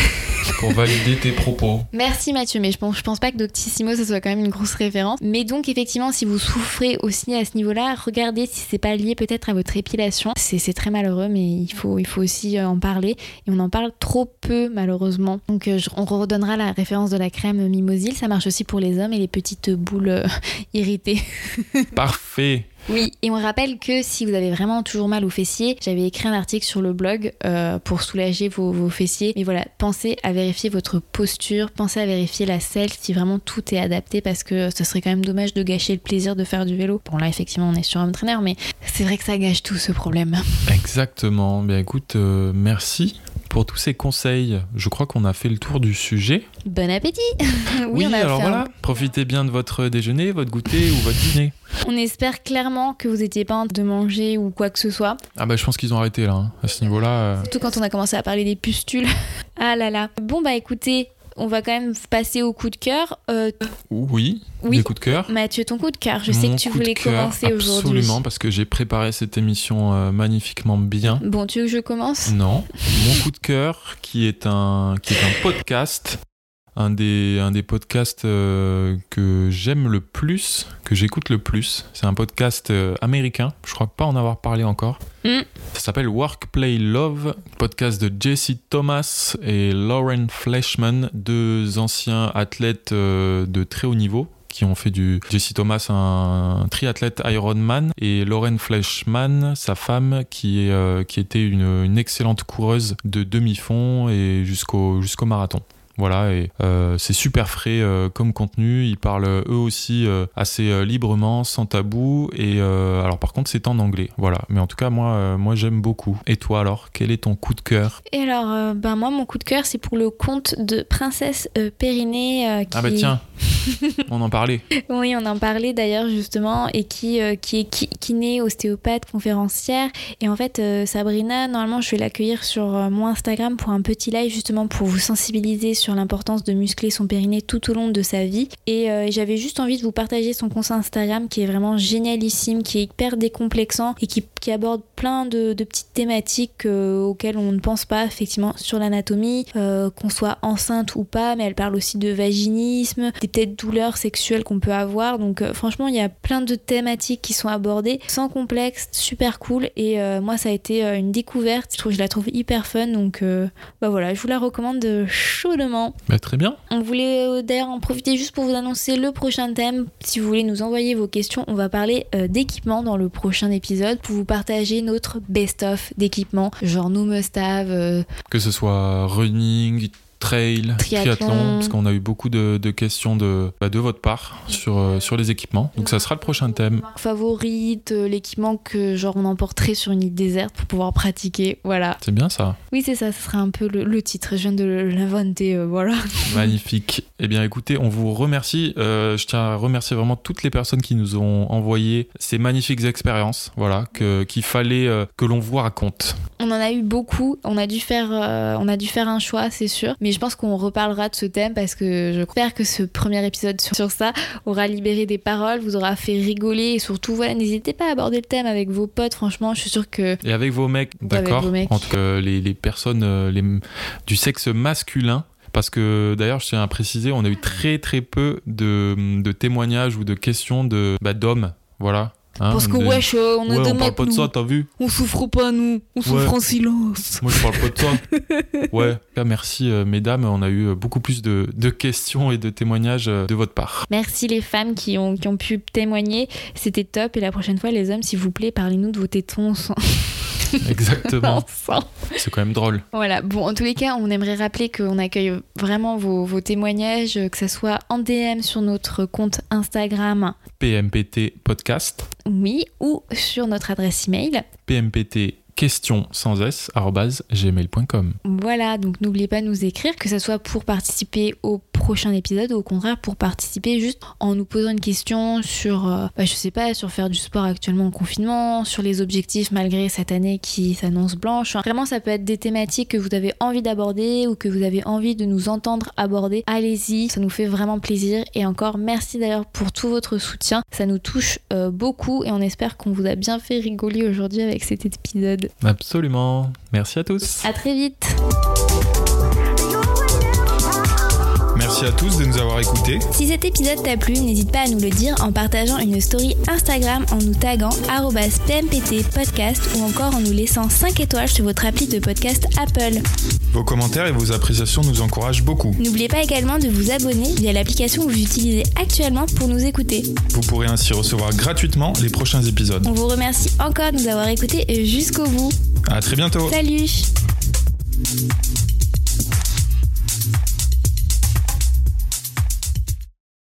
Pour valider tes propos. Merci Mathieu, mais je pense, je pense pas que Doctissimo ça soit quand même une grosse référence. Mais donc effectivement, si vous souffrez aussi à ce niveau-là, regardez si c'est pas lié peut-être à votre épilation. C'est, c'est très malheureux, mais il faut, il faut aussi en parler. Et on en parle trop peu malheureusement. Donc euh, on redonnera la référence de la crème Mimosil. Ça marche aussi pour les hommes et les petites boules euh, irritées. Parfait. Oui, et on rappelle que si vous avez vraiment toujours mal aux fessiers, j'avais écrit un article sur le blog euh, pour soulager vos, vos fessiers. Mais voilà, pensez à vérifier votre posture, pensez à vérifier la selle si vraiment tout est adapté parce que ce serait quand même dommage de gâcher le plaisir de faire du vélo. Bon là, effectivement, on est sur un trainer, mais c'est vrai que ça gâche tout ce problème. Exactement. Bien écoute, euh, merci pour tous ces conseils. Je crois qu'on a fait le tour du sujet. Bon appétit. Oui, oui, on a alors fait voilà, un... profitez bien de votre déjeuner, votre goûter ou votre dîner. On espère clairement que vous n'étiez pas en train de manger ou quoi que ce soit. Ah bah je pense qu'ils ont arrêté là, hein. À ce niveau-là. Euh... Surtout quand on a commencé à parler des pustules. Ah là là. Bon bah écoutez, on va quand même passer au coup de cœur. Euh... Oui, oui, des coups de cœur. Mathieu, ton coup de cœur. Je Mon sais que tu coup de voulais cœur, commencer aujourd'hui. Absolument, parce que j'ai préparé cette émission euh, magnifiquement bien. Bon, tu veux que je commence ? Non. Mon coup de cœur, qui est un, qui est un podcast, un des, un des podcasts euh, que j'aime le plus, que j'écoute le plus. C'est un podcast euh, américain. Je crois pas en avoir parlé encore. Mm. Ça s'appelle Work, Play, Love, podcast de Jesse Thomas et Lauren Fleshman, deux anciens athlètes euh, de très haut niveau qui ont fait du... Jesse Thomas, un triathlète Ironman, et Lauren Fleshman, sa femme, qui, est, euh, qui était une, une excellente coureuse de demi-fond et jusqu'au, jusqu'au marathon. Voilà, et euh, c'est super frais euh, comme contenu. Ils parlent eux aussi euh, assez euh, librement, sans tabou. Et euh, alors, par contre, c'est en anglais. Voilà, mais en tout cas, moi, euh, moi, j'aime beaucoup. Et toi, alors, quel est ton coup de cœur ? Et alors, euh, ben moi, mon coup de cœur, c'est pour le conte de Princesse euh, Périnée. Euh, qui... Ah bah tiens, on en parlait. Oui, on en parlait d'ailleurs justement, et qui euh, qui est qui, kiné, ostéopathe, conférencière. Et en fait, euh, Sabrina, normalement, je vais l'accueillir sur euh, mon Instagram pour un petit live justement pour vous sensibiliser sur l'importance de muscler son périnée tout au long de sa vie. Et euh, j'avais juste envie de vous partager son compte Instagram qui est vraiment génialissime, qui est hyper décomplexant et qui, qui aborde plein de, de petites thématiques euh, auxquelles on ne pense pas effectivement sur l'anatomie, euh, qu'on soit enceinte ou pas, mais elle parle aussi de vaginisme, des peut-être douleurs sexuelles qu'on peut avoir. Donc euh, franchement, il y a plein de thématiques qui sont abordées sans complexe, super cool. Et euh, moi, ça a été euh, une découverte. Je trouve, je la trouve hyper fun. Donc euh, bah voilà, je vous la recommande chaudement. Bah, très bien. On voulait euh, d'ailleurs en profiter juste pour vous annoncer le prochain thème. Si vous voulez nous envoyer vos questions, on va parler euh, d'équipement dans le prochain épisode pour vous partager notre best-of d'équipement, genre nos must-have. Euh... Que ce soit running, trail, triathlon, triathlon parce qu'on a eu beaucoup de, de questions de, bah, de votre part sur, euh, sur les équipements. Donc ça sera le prochain thème. Favorite, euh, l'équipement que genre on emporterait sur une île déserte pour pouvoir pratiquer, voilà. C'est bien ça. Oui, c'est ça, ce sera un peu le, le titre. Je viens de l'inventer, euh, voilà. Magnifique. Eh bien écoutez, on vous remercie. Euh, je tiens à remercier vraiment toutes les personnes qui nous ont envoyé ces magnifiques expériences, voilà, que, qu'il fallait euh, que l'on vous raconte. On en a eu beaucoup. On a dû faire, euh, on a dû faire un choix, c'est sûr. Mais je pense qu'on reparlera de ce thème parce que j'espère que ce premier épisode sur, sur ça aura libéré des paroles, vous aura fait rigoler et surtout, voilà, n'hésitez pas à aborder le thème avec vos potes. Franchement, je suis sûre que... Et avec vos mecs, d'accord. Vos mecs. En tout cas, les, les personnes les, du sexe masculin. Parce que d'ailleurs, je tiens à préciser, on a eu très très peu de, de témoignages ou de questions de, bah, d'hommes. Voilà. Hein, parce que des... wesh, euh, on ouais, est des on mecs, parle pas de ça, t'as vu ? On souffre pas, nous. On souffre ouais. en silence. Moi, je parle pas de ça. Ouais. Là, merci, euh, mesdames. On a eu beaucoup plus de, de questions et de témoignages euh, de votre part. Merci les femmes qui ont, qui ont pu témoigner. C'était top. Et la prochaine fois, les hommes, s'il vous plaît, parlez-nous de vos tétons. Exactement. C'est quand même drôle. Voilà. Bon, en tous les cas, on aimerait rappeler qu'on accueille vraiment vos, vos témoignages, que ça soit en D M sur notre compte Instagram P M P T Podcast. Oui, ou sur notre adresse email P M P T question sans s arobase gmail point com. Voilà, donc n'oubliez pas de nous écrire, que ce soit pour participer au prochain épisode ou au contraire pour participer juste en nous posant une question sur, euh, bah, je sais pas, sur faire du sport actuellement en confinement, sur les objectifs malgré cette année qui s'annonce blanche. Vraiment, ça peut être des thématiques que vous avez envie d'aborder ou que vous avez envie de nous entendre aborder. Allez-y, ça nous fait vraiment plaisir. Et encore, merci d'ailleurs pour tout votre soutien. Ça nous touche euh, beaucoup et on espère qu'on vous a bien fait rigoler aujourd'hui avec cet épisode. Absolument. Merci à tous. À très vite. Merci Merci à tous de nous avoir écoutés. Si cet épisode t'a plu, n'hésite pas à nous le dire en partageant une story Instagram en nous taguant arobase P M P T podcast ou encore en nous laissant cinq étoiles sur votre appli de podcast Apple. Vos commentaires et vos appréciations nous encouragent beaucoup. N'oubliez pas également de vous abonner via l'application que vous utilisez actuellement pour nous écouter. Vous pourrez ainsi recevoir gratuitement les prochains épisodes. On vous remercie encore de nous avoir écoutés jusqu'au bout. À très bientôt. Salut.